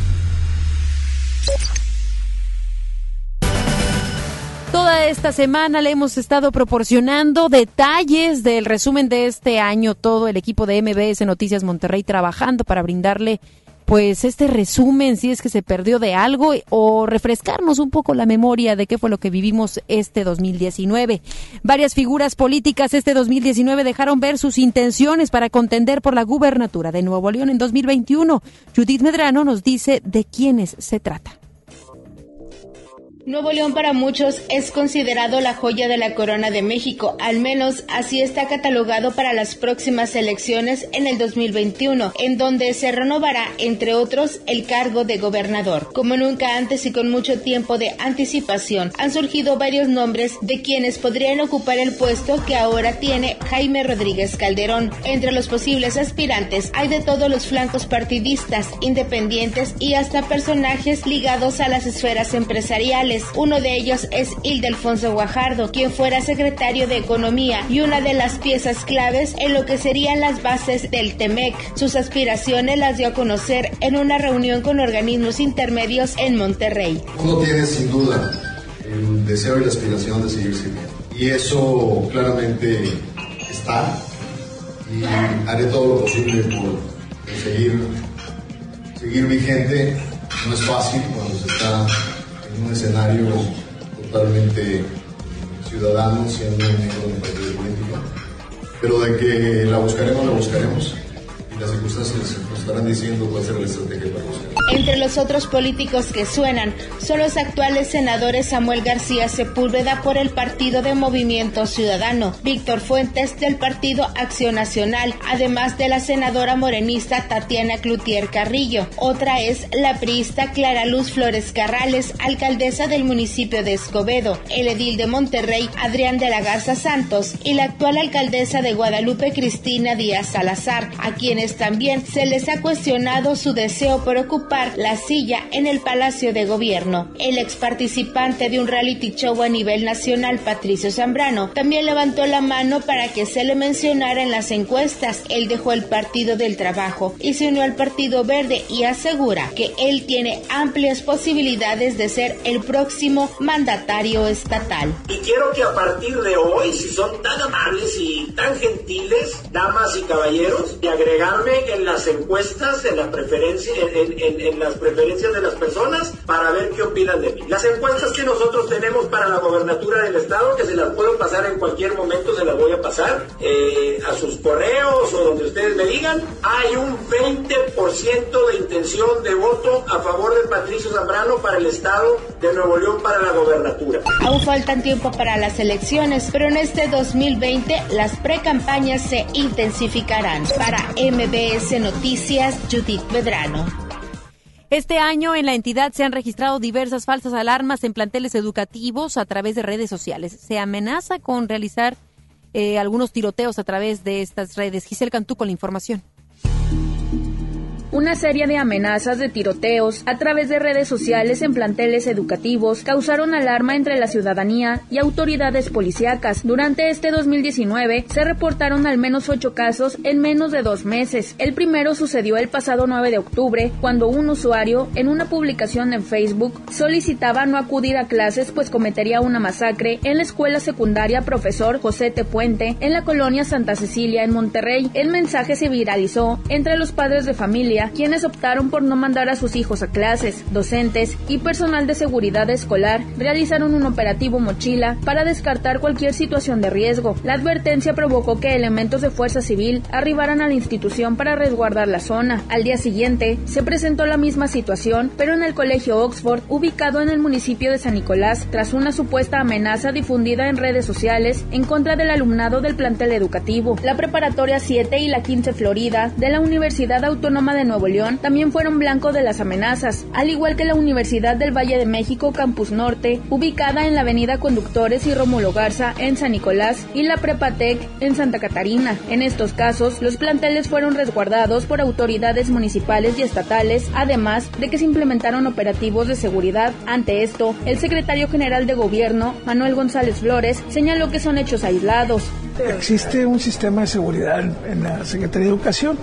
[SPEAKER 3] Toda esta semana le hemos estado proporcionando detalles del resumen de este año, todo el equipo de M B S Noticias Monterrey trabajando para brindarle pues este resumen, si es que se perdió de algo, o refrescarnos un poco la memoria de qué fue lo que vivimos este dos mil diecinueve. Varias figuras políticas este dos mil diecinueve dejaron ver sus intenciones para contender por la gubernatura de Nuevo León en dos mil veintiuno. Judith Medrano nos dice de quiénes se trata.
[SPEAKER 12] Nuevo León para muchos es considerado la joya de la corona de México, al menos así está catalogado para las próximas elecciones en el dos mil veintiuno, en donde se renovará, entre otros, el cargo de gobernador. Como nunca antes y con mucho tiempo de anticipación, han surgido varios nombres de quienes podrían ocupar el puesto que ahora tiene Jaime Rodríguez Calderón. Entre los posibles aspirantes hay de todos los flancos partidistas, independientes y hasta personajes ligados a las esferas empresariales. Uno de ellos es Ildefonso Guajardo, quien fuera secretario de Economía y una de las piezas claves en lo que serían las bases del Temec. Sus aspiraciones las dio a conocer en una reunión con organismos intermedios en Monterrey.
[SPEAKER 13] Uno tiene sin duda el deseo y la aspiración de seguir sirviendo. Y eso claramente está, y haré todo lo posible por seguir, seguir vigente. No es fácil cuando se está un escenario totalmente ciudadano, siendo un miembro de un partido político, pero de que la buscaremos, la buscaremos, y las circunstancias nos estarán diciendo cuál será la estrategia para buscar.
[SPEAKER 12] Entre los otros políticos que suenan son los actuales senadores Samuel García Sepúlveda por el Partido de Movimiento Ciudadano, Víctor Fuentes del Partido Acción Nacional, además de la senadora morenista Tatiana Cloutier Carrillo. Otra es la priista Clara Luz Flores Carrales, alcaldesa del municipio de Escobedo, el edil de Monterrey Adrián de la Garza Santos y la actual alcaldesa de Guadalupe Cristina Díaz Salazar, a quienes también se les ha cuestionado su deseo por ocupar la silla en el Palacio de Gobierno. El ex participante de un reality show a nivel nacional, Patricio Zambrano, también levantó la mano para que se le mencionara en las encuestas. Él dejó el Partido del Trabajo y se unió al Partido Verde y asegura que él tiene amplias posibilidades de ser el próximo mandatario estatal.
[SPEAKER 4] Y quiero que a partir de hoy, si son tan amables y tan gentiles, damas y caballeros, de agregarme en las encuestas, en la preferencia, en, en, en las preferencias de las personas para ver qué opinan de mí. Las encuestas que nosotros tenemos para la gobernatura del estado, que se las puedo pasar en cualquier momento, se las voy a pasar eh, a sus correos o donde ustedes me digan, hay un veinte por ciento de intención de voto a favor de Patricio Zambrano para el estado de Nuevo León para la gobernatura.
[SPEAKER 12] Aún faltan tiempo para las elecciones, pero en este dos mil veinte las precampañas se intensificarán. Para M B S Noticias, Judith Medrano.
[SPEAKER 3] Este año en la entidad se han registrado diversas falsas alarmas en planteles educativos a través de redes sociales. Se amenaza con realizar eh, algunos tiroteos a través de estas redes. Giselle Cantú con la información.
[SPEAKER 8] Una serie de amenazas de tiroteos a través de redes sociales en planteles educativos causaron alarma entre la ciudadanía y autoridades policíacas. Durante este dos mil diecinueve se reportaron al menos ocho casos en menos de dos meses. El primero sucedió el pasado nueve de octubre, cuando un usuario en una publicación en Facebook solicitaba no acudir a clases pues cometería una masacre en la escuela secundaria Profesor José T. Puente en la colonia Santa Cecilia en Monterrey. El mensaje se viralizó entre los padres de familia, quienes optaron por no mandar a sus hijos a clases. Docentes y personal de seguridad escolar realizaron un operativo mochila para descartar cualquier situación de riesgo. La advertencia provocó que elementos de Fuerza Civil arribaran a la institución para resguardar la zona. Al día siguiente se presentó la misma situación, pero en el colegio Oxford, ubicado en el municipio de San Nicolás, tras una supuesta amenaza difundida en redes sociales en contra del alumnado del plantel educativo. La preparatoria siete y la quince Florida de la Universidad Autónoma de Nuevo León también fueron blanco de las amenazas, al igual que la Universidad del Valle de México Campus Norte, ubicada en la avenida Conductores y Rómulo Garza en San Nicolás, y la Prepatec en Santa Catarina. En estos casos, los planteles fueron resguardados por autoridades municipales y estatales, además de que se implementaron operativos de seguridad. Ante esto, el secretario general de Gobierno, Manuel González Flores, señaló que son hechos aislados.
[SPEAKER 1] Existe un sistema de seguridad en la Secretaría de Educación,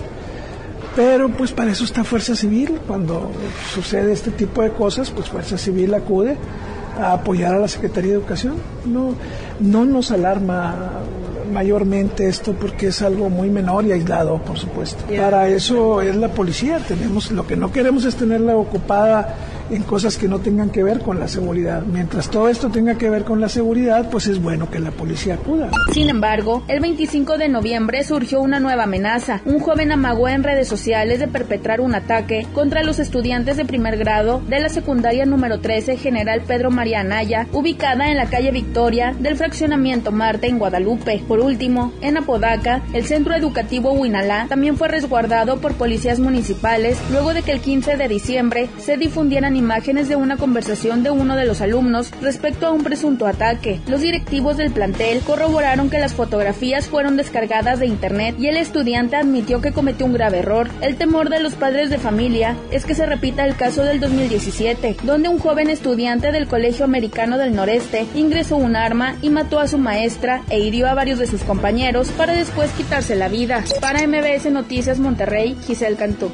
[SPEAKER 1] pero pues para eso está Fuerza Civil. Cuando sucede este tipo de cosas, pues Fuerza Civil acude a apoyar a la Secretaría de Educación. No, no nos alarma mayormente esto porque es algo muy menor y aislado, por supuesto. Para eso es la policía. Tenemos, lo que no queremos es tenerla ocupada en cosas que no tengan que ver con la seguridad. Mientras todo esto tenga que ver con la seguridad, pues es bueno que la policía acuda.
[SPEAKER 8] Sin embargo, el veinticinco de noviembre surgió una nueva amenaza. Un joven amagó en redes sociales de perpetrar un ataque contra los estudiantes de primer grado de la secundaria número trece General Pedro María Anaya, ubicada en la calle Victoria del fraccionamiento Marte en Guadalupe. Por último, en Apodaca, el centro educativo Huinalá también fue resguardado por policías municipales luego de que el quince de diciembre se difundieran imágenes de una conversación de uno de los alumnos respecto a un presunto ataque. Los directivos del plantel corroboraron que las fotografías fueron descargadas de internet y el estudiante admitió que cometió un grave error. El temor de los padres de familia es que se repita el caso del dos mil diecisiete, donde un joven estudiante del Colegio Americano del Noreste ingresó un arma y mató a su maestra e hirió a varios de sus compañeros para después quitarse la vida. Para M B S Noticias Monterrey, Giselle Cantú.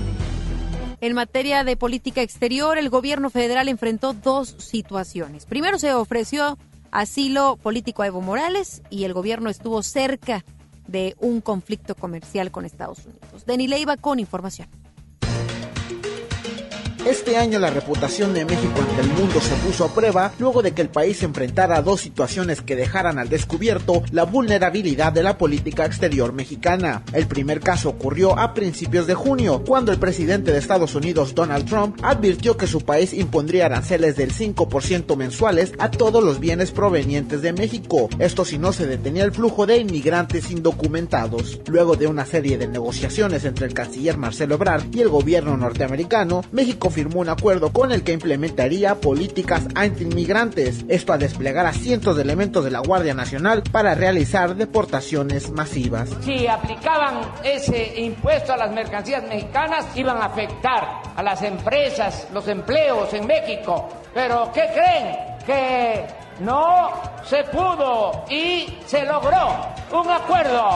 [SPEAKER 3] En materia de política exterior, el gobierno federal enfrentó dos situaciones. Primero se ofreció asilo político a Evo Morales y el gobierno estuvo cerca de un conflicto comercial con Estados Unidos. Denny Leiva con información.
[SPEAKER 5] Este año la reputación de México ante el mundo se puso a prueba luego de que el país enfrentara dos situaciones que dejaran al descubierto la vulnerabilidad de la política exterior mexicana. El primer caso ocurrió a principios de junio, cuando el presidente de Estados Unidos, Donald Trump, advirtió que su país impondría aranceles del cinco por ciento mensuales a todos los bienes provenientes de México, esto si no se detenía el flujo de inmigrantes indocumentados. Luego de una serie de negociaciones entre el canciller Marcelo Ebrard y el gobierno norteamericano, México firmó un acuerdo con el que implementaría políticas anti-inmigrantes, esto al desplegar a cientos de elementos de la Guardia Nacional para realizar deportaciones masivas.
[SPEAKER 6] Si aplicaban ese impuesto a las mercancías mexicanas, iban a afectar a las empresas, los empleos en México. Pero ¿qué creen? Que no se pudo y se logró un acuerdo.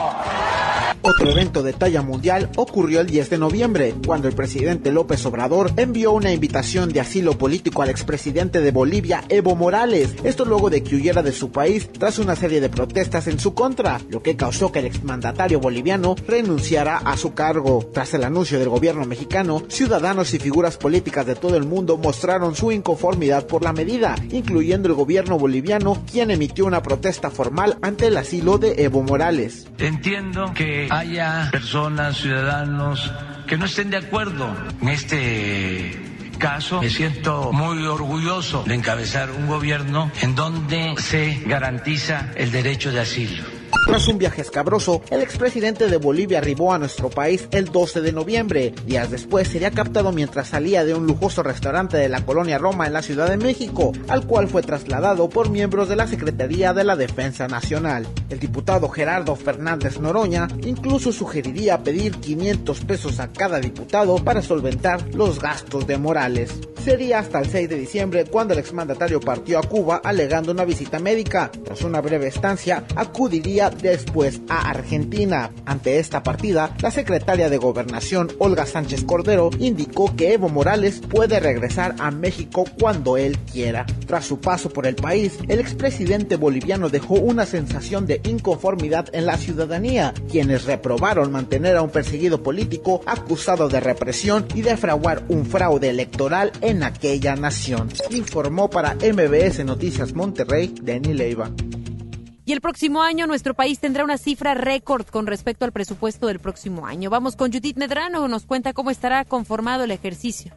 [SPEAKER 5] Otro evento de talla mundial ocurrió el diez de noviembre, cuando el presidente López Obrador envió una invitación de asilo político al expresidente de Bolivia, Evo Morales. Esto luego de que huyera de su país tras una serie de protestas en su contra, lo que causó que el exmandatario boliviano renunciara a su cargo. Tras el anuncio del gobierno mexicano, ciudadanos y figuras políticas de todo el mundo mostraron su inconformidad por la medida, incluyendo el gobierno boliviano, quien emitió una protesta formal ante el asilo de Evo Morales.
[SPEAKER 10] Entiendo que haya personas, ciudadanos, que no estén de acuerdo en este caso. Me siento muy orgulloso de encabezar un gobierno en donde se garantiza el derecho de asilo.
[SPEAKER 5] Tras un viaje escabroso, el expresidente de Bolivia arribó a nuestro país el doce de noviembre. Días después sería captado mientras salía de un lujoso restaurante de la colonia Roma en la Ciudad de México, al cual fue trasladado por miembros de la Secretaría de la Defensa Nacional. El diputado Gerardo Fernández Noroña incluso sugeriría pedir quinientos pesos a cada diputado para solventar los gastos de Morales. Sería hasta el seis de diciembre cuando el exmandatario partió a Cuba alegando una visita médica. Tras una breve estancia, acudiría después a Argentina. Ante esta partida, la secretaria de Gobernación, Olga Sánchez Cordero, indicó que Evo Morales puede regresar a México cuando él quiera. Tras su paso por el país, el expresidente boliviano dejó una sensación de inconformidad en la ciudadanía, quienes reprobaron mantener a un perseguido político acusado de represión y de fraguar un fraude electoral en aquella nación. Informó para M B S Noticias Monterrey, Denny Leiva.
[SPEAKER 3] Y el próximo año nuestro país tendrá una cifra récord con respecto al presupuesto del próximo año. Vamos con Judith Medrano, nos cuenta cómo estará conformado el ejercicio.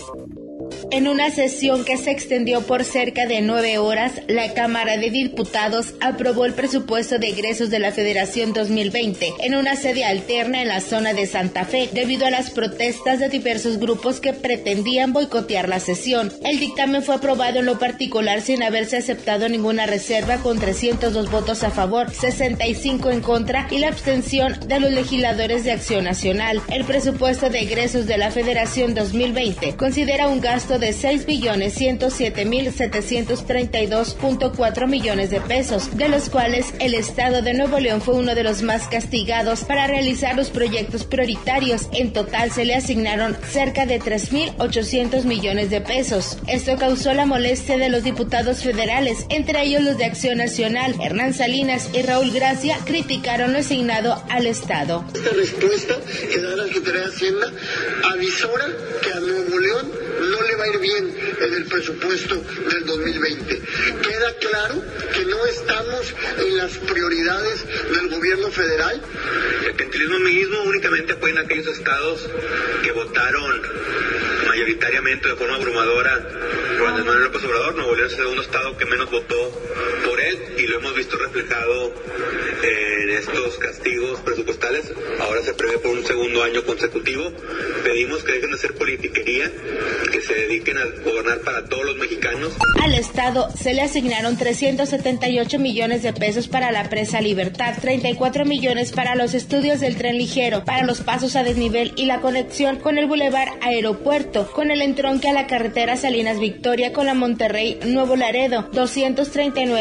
[SPEAKER 12] En una sesión que se extendió por cerca de nueve horas, la Cámara de Diputados aprobó el presupuesto de egresos de la Federación dos mil veinte en una sede alterna en la zona de Santa Fe, debido a las protestas de diversos grupos que pretendían boicotear la sesión. El dictamen fue aprobado en lo particular sin haberse aceptado ninguna reserva, con trescientos dos votos a favor, sesenta y cinco en contra y la abstención de los legisladores de Acción Nacional. El presupuesto de egresos de la Federación dos mil veinte considera un gasto de seis billones ciento siete mil setecientos treinta y dos punto cuatro millones de pesos, de los cuales el Estado de Nuevo León fue uno de los más castigados para realizar los proyectos prioritarios. En total se le asignaron cerca de tres mil ochocientos millones de pesos. Esto causó la molestia de los diputados federales, entre ellos los de Acción Nacional. Hernán Salinas y Raúl Gracia criticaron lo asignado al Estado.
[SPEAKER 14] Esta respuesta que da la Secretaría de Hacienda avisora que a Nuevo León no le va a ir bien en el presupuesto del dos mil veinte. Queda claro que no estamos en las prioridades del gobierno federal.
[SPEAKER 15] El clientelismo amiguismo únicamente apoyan a aquellos estados que votaron mayoritariamente de forma abrumadora por Andrés Manuel López Obrador. Nuevo León es el segundo estado que menos votó por él y lo hemos visto reflejado en estos castigos presupuestales. Ahora se prevé por un segundo año consecutivo. Pedimos que dejen de hacer politiquería, que se dediquen a gobernar para todos los mexicanos.
[SPEAKER 12] Al Estado se le asignaron trescientos setenta y ocho millones de pesos para la presa Libertad, treinta y cuatro millones para los estudios del tren ligero, para los pasos a desnivel y la conexión con el Boulevard Aeropuerto, con el entronque a la carretera Salinas Victoria con la Monterrey Nuevo Laredo, doscientos treinta y nueve millones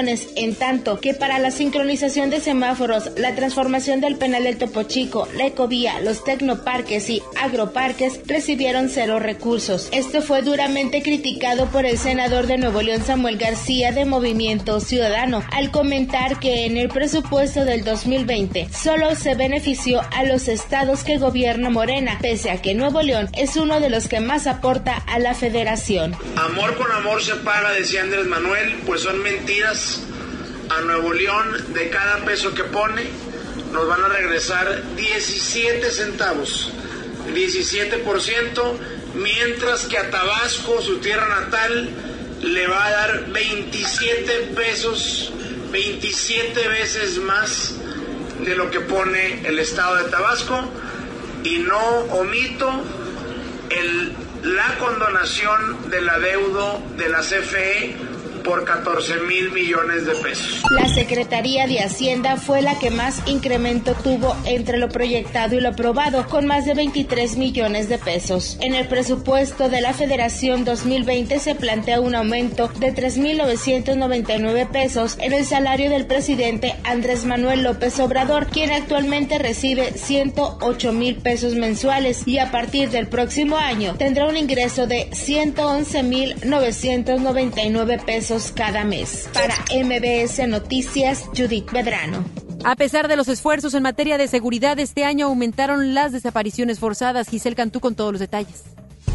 [SPEAKER 12] acciones, en tanto que para la sincronización de semáforos, la transformación del penal del Topo Chico, la ecovía, los tecnoparques y agroparques recibieron cero recursos. Esto fue duramente criticado por el senador de Nuevo León, Samuel García, de Movimiento Ciudadano, al comentar que en el presupuesto del dos mil veinte solo se benefició a los estados que gobierna Morena, pese a que Nuevo León es uno de los que más aporta a la federación.
[SPEAKER 9] Amor con amor se paga, decía Andrés Manuel, pues son mentiras. A Nuevo León, de cada peso que pone, nos van a regresar diecisiete centavos, diecisiete por ciento, mientras que a Tabasco, su tierra natal, le va a dar veintisiete pesos, veintisiete veces más de lo que pone el estado de Tabasco, y no omito el, la condonación del adeudo de la C F E por catorce mil millones de pesos.
[SPEAKER 12] La Secretaría de Hacienda fue la que más incremento tuvo entre lo proyectado y lo aprobado, con más de veintitrés millones de pesos. En el presupuesto de la Federación dos mil veinte se plantea un aumento de tres mil novecientos noventa y nueve pesos en el salario del presidente Andrés Manuel López Obrador, quien actualmente recibe ciento ocho mil pesos mensuales, y a partir del próximo año tendrá un ingreso de ciento once mil novecientos noventa y nueve pesos cada mes. Para M B S Noticias, Judith Medrano.
[SPEAKER 3] A pesar de los esfuerzos en materia de seguridad, este año aumentaron las desapariciones forzadas. Giselle Cantú con todos los detalles.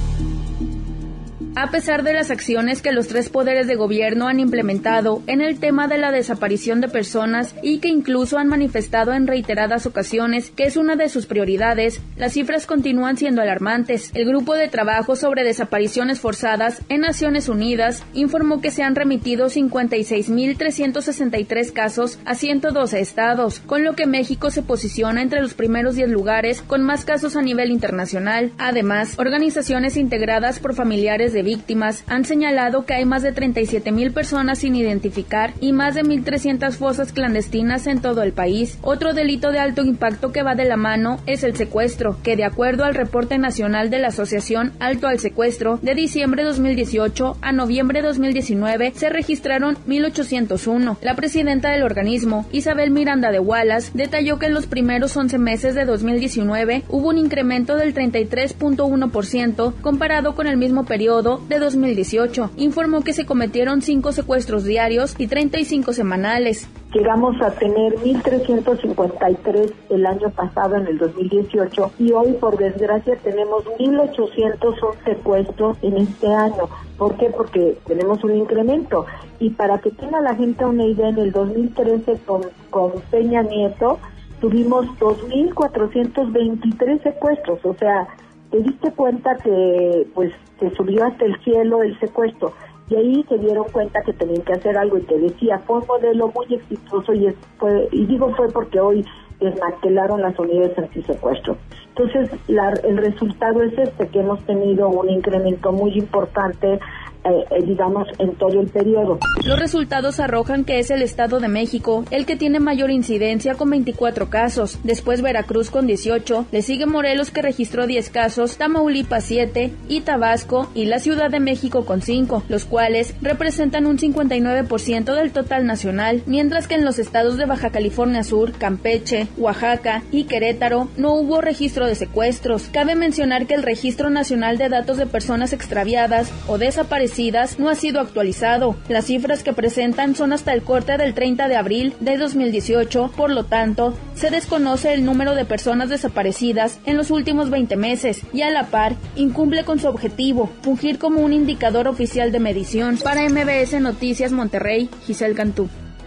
[SPEAKER 8] A pesar de las acciones que los tres poderes de gobierno han implementado en el tema de la desaparición de personas y que incluso han manifestado en reiteradas ocasiones que es una de sus prioridades, las cifras continúan siendo alarmantes. El Grupo de Trabajo sobre Desapariciones Forzadas en Naciones Unidas informó que se han remitido cincuenta y seis mil trescientos sesenta y tres casos a ciento doce estados, con lo que México se posiciona entre los primeros diez lugares con más casos a nivel internacional. Además, organizaciones integradas por familiares de víctimas han señalado que hay más de treinta y siete mil personas sin identificar y más de mil trescientas fosas clandestinas en todo el país. Otro delito de alto impacto que va de la mano es el secuestro, que de acuerdo al reporte nacional de la Asociación Alto al Secuestro, de diciembre dos mil dieciocho a noviembre dos mil diecinueve se registraron mil ochocientos uno. La presidenta del organismo, Isabel Miranda de Wallace, detalló que en los primeros once meses de dos mil diecinueve hubo un incremento del treinta y tres punto uno por ciento comparado con el mismo periodo de dos mil dieciocho. Informó que se cometieron cinco secuestros diarios y treinta y cinco semanales.
[SPEAKER 11] Llegamos a tener mil trescientos cincuenta y tres el año pasado, en el dos mil dieciocho, y hoy, por desgracia, tenemos mil ochocientos secuestros en este año. ¿Por qué? Porque tenemos un incremento. Y para que tenga la gente una idea, en el dos mil trece con, con Peña Nieto tuvimos dos mil cuatrocientos veintitrés secuestros. O sea, te diste cuenta que pues se subió hasta el cielo el secuestro, y ahí se dieron cuenta que tenían que hacer algo, y te decía, fue un modelo muy exitoso, y es, fue, y digo fue porque hoy desmantelaron las unidades antisecuestro. Entonces, la, el resultado es este, que hemos tenido un incremento muy importante, Eh, eh, digamos, en todo el periodo.
[SPEAKER 8] Los resultados arrojan que es el Estado de México el que tiene mayor incidencia con veinticuatro casos, después Veracruz con dieciocho, le sigue Morelos que registró diez casos, Tamaulipas siete y Tabasco y la Ciudad de México con cinco, los cuales representan un cincuenta y nueve por ciento del total nacional, mientras que en los estados de Baja California Sur, Campeche, Oaxaca y Querétaro no hubo registro de secuestros. Cabe mencionar que el Registro Nacional de Datos de Personas Extraviadas o Desaparecidas no ha sido actualizado. Las cifras que presentan son hasta el corte del treinta de abril de dos mil dieciocho, por lo tanto, se desconoce el número de personas desaparecidas en los últimos veinte meses y a la par incumple con su objetivo, fungir como un indicador oficial de medición. Para M B S Noticias Monterrey, Giselle Cantú.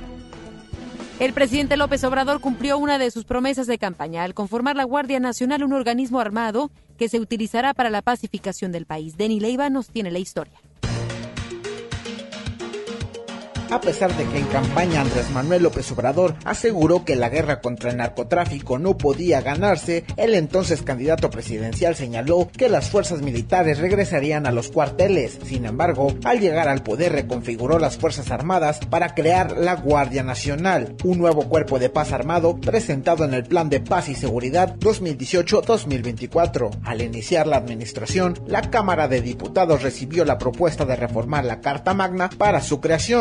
[SPEAKER 3] El presidente López Obrador cumplió una de sus promesas de campaña al conformar la Guardia Nacional, un organismo armado que se utilizará para la pacificación del país. Denny Leiva nos tiene la historia.
[SPEAKER 5] A pesar de que en campaña Andrés Manuel López Obrador aseguró que la guerra contra el narcotráfico no podía ganarse, el entonces candidato presidencial señaló que las fuerzas militares regresarían a los cuarteles. Sin embargo, al llegar al poder reconfiguró las Fuerzas Armadas para crear la Guardia Nacional, un nuevo cuerpo de paz armado presentado en el Plan de Paz y Seguridad dos mil dieciocho a dos mil veinticuatro. Al iniciar la administración, la Cámara de Diputados recibió la propuesta de reformar la Carta Magna para su creación. Luego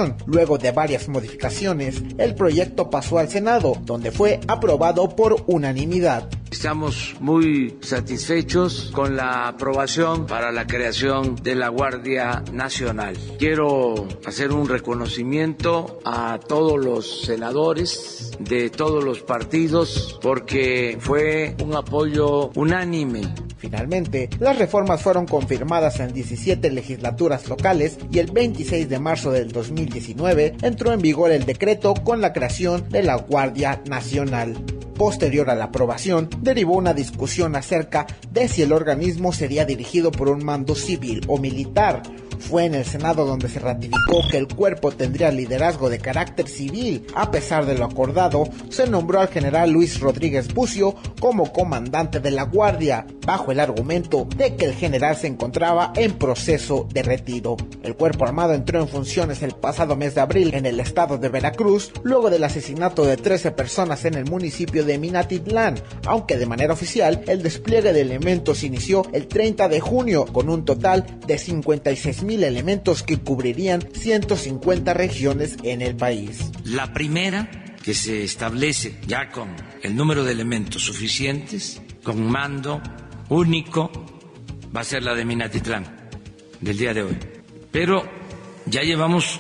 [SPEAKER 5] Luego de varias modificaciones, el proyecto pasó al Senado, donde fue aprobado por unanimidad.
[SPEAKER 10] Estamos muy satisfechos con la aprobación para la creación de la Guardia Nacional. Quiero hacer un reconocimiento a todos los senadores de todos los partidos porque fue un apoyo unánime.
[SPEAKER 5] Finalmente, las reformas fueron confirmadas en diecisiete legislaturas locales y el veintiséis de marzo del dos mil diecinueve entró en vigor el decreto con la creación de la Guardia Nacional. Posterior a la aprobación, derivó una discusión acerca de si el organismo sería dirigido por un mando civil o militar. Fue en el Senado donde se ratificó que el cuerpo tendría liderazgo de carácter civil. A pesar de lo acordado, se nombró al general Luis Rodríguez Bucio como comandante de la Guardia, bajo el argumento de que el general se encontraba en proceso de retiro. El cuerpo armado entró en funciones el pasado mes de abril en el estado de Veracruz, luego del asesinato de trece personas en el municipio de Minatitlán, aunque de manera oficial el despliegue de elementos inició el treinta de junio con un total de cincuenta y seis mil elementos que cubrirían ciento cincuenta regiones en el país.
[SPEAKER 10] La primera que se establece ya con el número de elementos suficientes, con mando único, va a ser la de Minatitlán, del día de hoy. Pero ya llevamos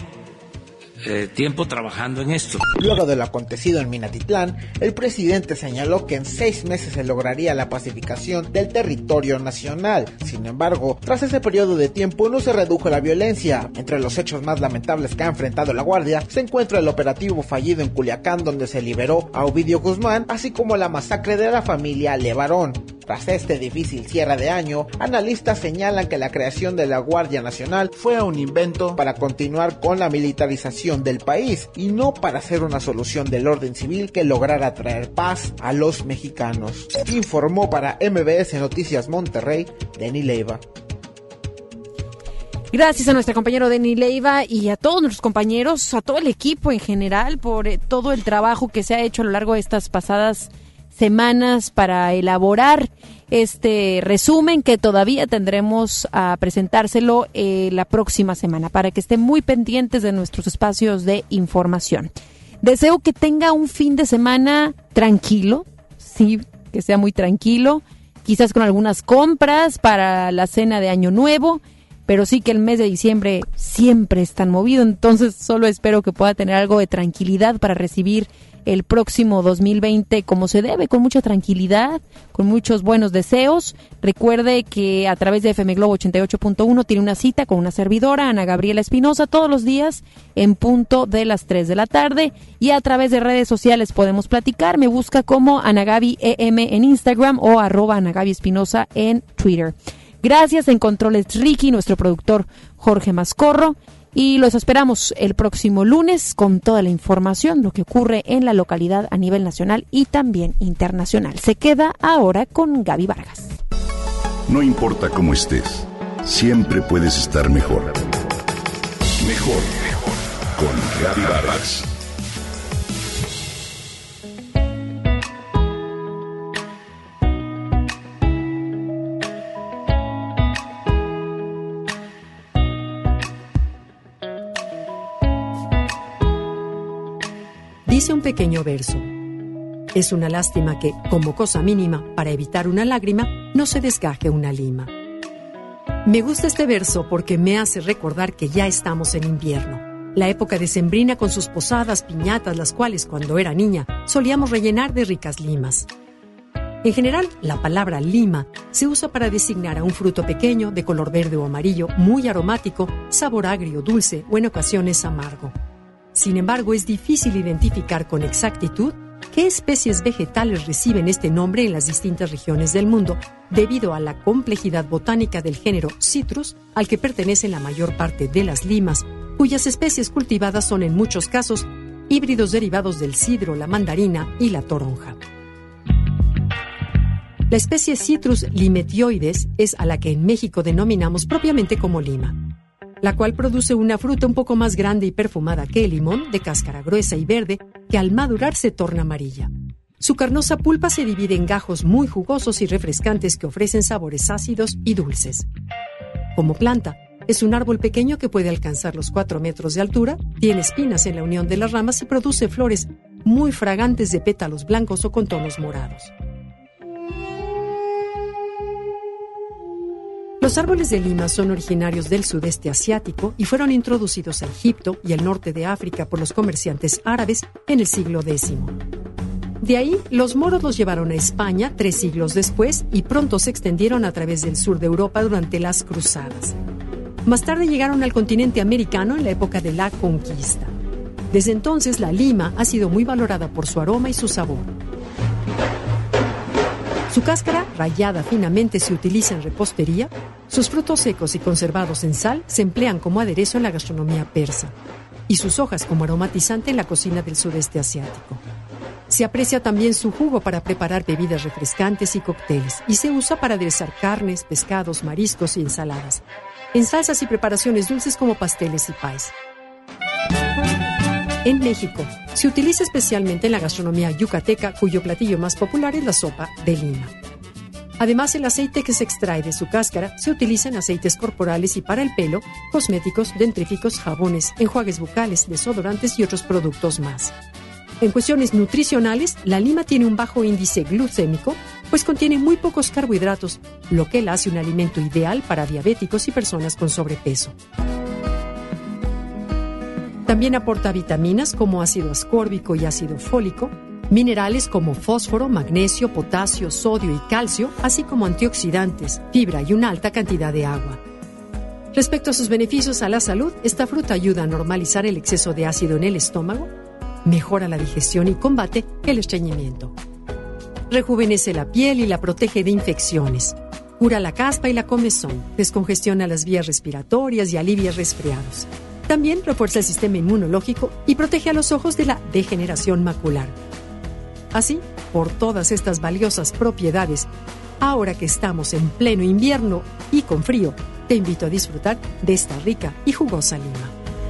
[SPEAKER 10] Eh, tiempo trabajando en esto.
[SPEAKER 5] Luego de lo acontecido en Minatitlán, el presidente señaló que en seis meses se lograría la pacificación del territorio nacional. Sin embargo, tras ese periodo de tiempo no se redujo la violencia. Entre los hechos más lamentables que ha enfrentado la Guardia se encuentra el operativo fallido en Culiacán, donde se liberó a Ovidio Guzmán, así como la masacre de la familia Levarón. Tras este difícil cierre de año, analistas señalan que la creación de la Guardia Nacional fue un invento para continuar con la militarización del país y no para hacer una solución del orden civil que lograra traer paz a los mexicanos. Informó para M B S Noticias Monterrey, Denny Leiva.
[SPEAKER 3] Gracias a nuestro compañero Denny Leiva y a todos nuestros compañeros, a todo el equipo en general por eh, todo el trabajo que se ha hecho a lo largo de estas pasadas semanas para elaborar este resumen que todavía tendremos a presentárselo eh, la próxima semana para que estén muy pendientes de nuestros espacios de información. Deseo que tenga un fin de semana tranquilo, sí, que sea muy tranquilo, quizás con algunas compras para la cena de Año Nuevo, pero sí que el mes de diciembre siempre es tan movido, entonces solo espero que pueda tener algo de tranquilidad para recibir el próximo dos mil veinte como se debe, con mucha tranquilidad, con muchos buenos deseos. Recuerde que a través de F M Globo ochenta y ocho punto uno tiene una cita con una servidora, Ana Gabriela Espinosa, todos los días en punto de las tres de la tarde, y a través de redes sociales podemos platicar. Me busca como Ana Gaby E M en Instagram o arroba Ana Gaby Espinosa en Twitter. Gracias. En controles Ricky, nuestro productor Jorge Mascorro. Y los esperamos el próximo lunes con toda la información, lo que ocurre en la localidad a nivel nacional y también internacional. Se queda ahora con Gaby Vargas.
[SPEAKER 2] No importa cómo estés, siempre puedes estar mejor. Mejor, mejor. Con Gaby Vargas.
[SPEAKER 7] Dice un pequeño verso: es una lástima que, como cosa mínima, para evitar una lágrima, no se desgaje una lima. Me gusta este verso porque me hace recordar que ya estamos en invierno, la época decembrina con sus posadas, piñatas, las cuales, cuando era niña, solíamos rellenar de ricas limas. En general, la palabra lima se usa para designar a un fruto pequeño, de color verde o amarillo, muy aromático, sabor agrio, dulce o en ocasiones amargo. Sin embargo, es difícil identificar con exactitud qué especies vegetales reciben este nombre en las distintas regiones del mundo, debido a la complejidad botánica del género Citrus, al que pertenecen la mayor parte de las limas, cuyas especies cultivadas son en muchos casos híbridos derivados del cidro, la mandarina y la toronja. La especie Citrus limetioides es a la que en México denominamos propiamente como lima, la cual produce una fruta un poco más grande y perfumada que el limón, de cáscara gruesa y verde, que al madurar se torna amarilla. Su carnosa pulpa se divide en gajos muy jugosos y refrescantes que ofrecen sabores ácidos y dulces. Como planta, Es un árbol pequeño que puede alcanzar los cuatro metros de altura, tiene espinas en la unión de las ramas y produce flores muy fragantes de pétalos blancos o con tonos morados. Los árboles de lima son originarios del sudeste asiático y fueron introducidos a Egipto y el norte de África por los comerciantes árabes en el siglo décimo. De ahí, los moros los llevaron a España tres siglos después y pronto se extendieron a través del sur de Europa durante las cruzadas. Más tarde llegaron al continente americano en la época de la conquista. Desde entonces, la lima ha sido muy valorada por su aroma y su sabor. Su cáscara, rallada finamente, se utiliza en repostería. Sus frutos secos y conservados en sal se emplean como aderezo en la gastronomía persa. Y sus hojas como aromatizante en la cocina del sudeste asiático. Se aprecia también su jugo para preparar bebidas refrescantes y cócteles. Y se usa para aderezar carnes, pescados, mariscos y ensaladas. En salsas y preparaciones dulces como pasteles y pies. En México, se utiliza especialmente en la gastronomía yucateca, cuyo platillo más popular es la sopa de lima. Además, el aceite que se extrae de su cáscara se utiliza en aceites corporales y para el pelo, cosméticos, dentríficos, jabones, enjuagues bucales, desodorantes y otros productos más. En cuestiones nutricionales, la lima tiene un bajo índice glucémico, pues contiene muy pocos carbohidratos, lo que la hace un alimento ideal para diabéticos y personas con sobrepeso. También aporta vitaminas como ácido ascórbico y ácido fólico, minerales como fósforo, magnesio, potasio, sodio y calcio, así como antioxidantes, fibra y una alta cantidad de agua. Respecto a sus beneficios a la salud, esta fruta ayuda a normalizar el exceso de ácido en el estómago, mejora la digestión y combate el estreñimiento. Rejuvenece la piel y la protege de infecciones. Cura la caspa y la comezón, descongestiona las vías respiratorias y alivia resfriados. También refuerza el sistema inmunológico y protege a los ojos de la degeneración macular. Así, por todas estas valiosas propiedades, ahora que estamos en pleno invierno y con frío, te invito a disfrutar de esta rica y jugosa lima.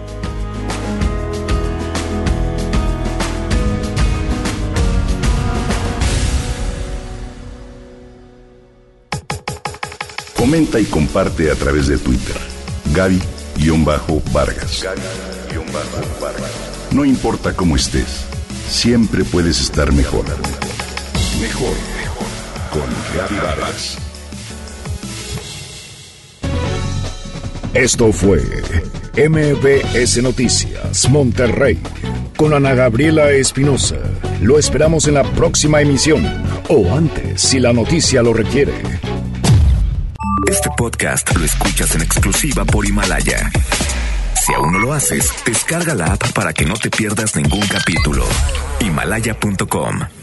[SPEAKER 17] Comenta y comparte a través de Twitter. Gaby-Vargas. No importa cómo estés, siempre puedes estar mejor. Mejor, mejor. Con Gaby Vargas.
[SPEAKER 2] Esto fue M B S Noticias Monterrey con Ana Gabriela Espinosa. Lo esperamos en la próxima emisión o antes, si la noticia lo requiere.
[SPEAKER 18] Este podcast lo escuchas en exclusiva por Himalaya. Si aún no lo haces, descarga la app para que no te pierdas ningún capítulo. Himalaya punto com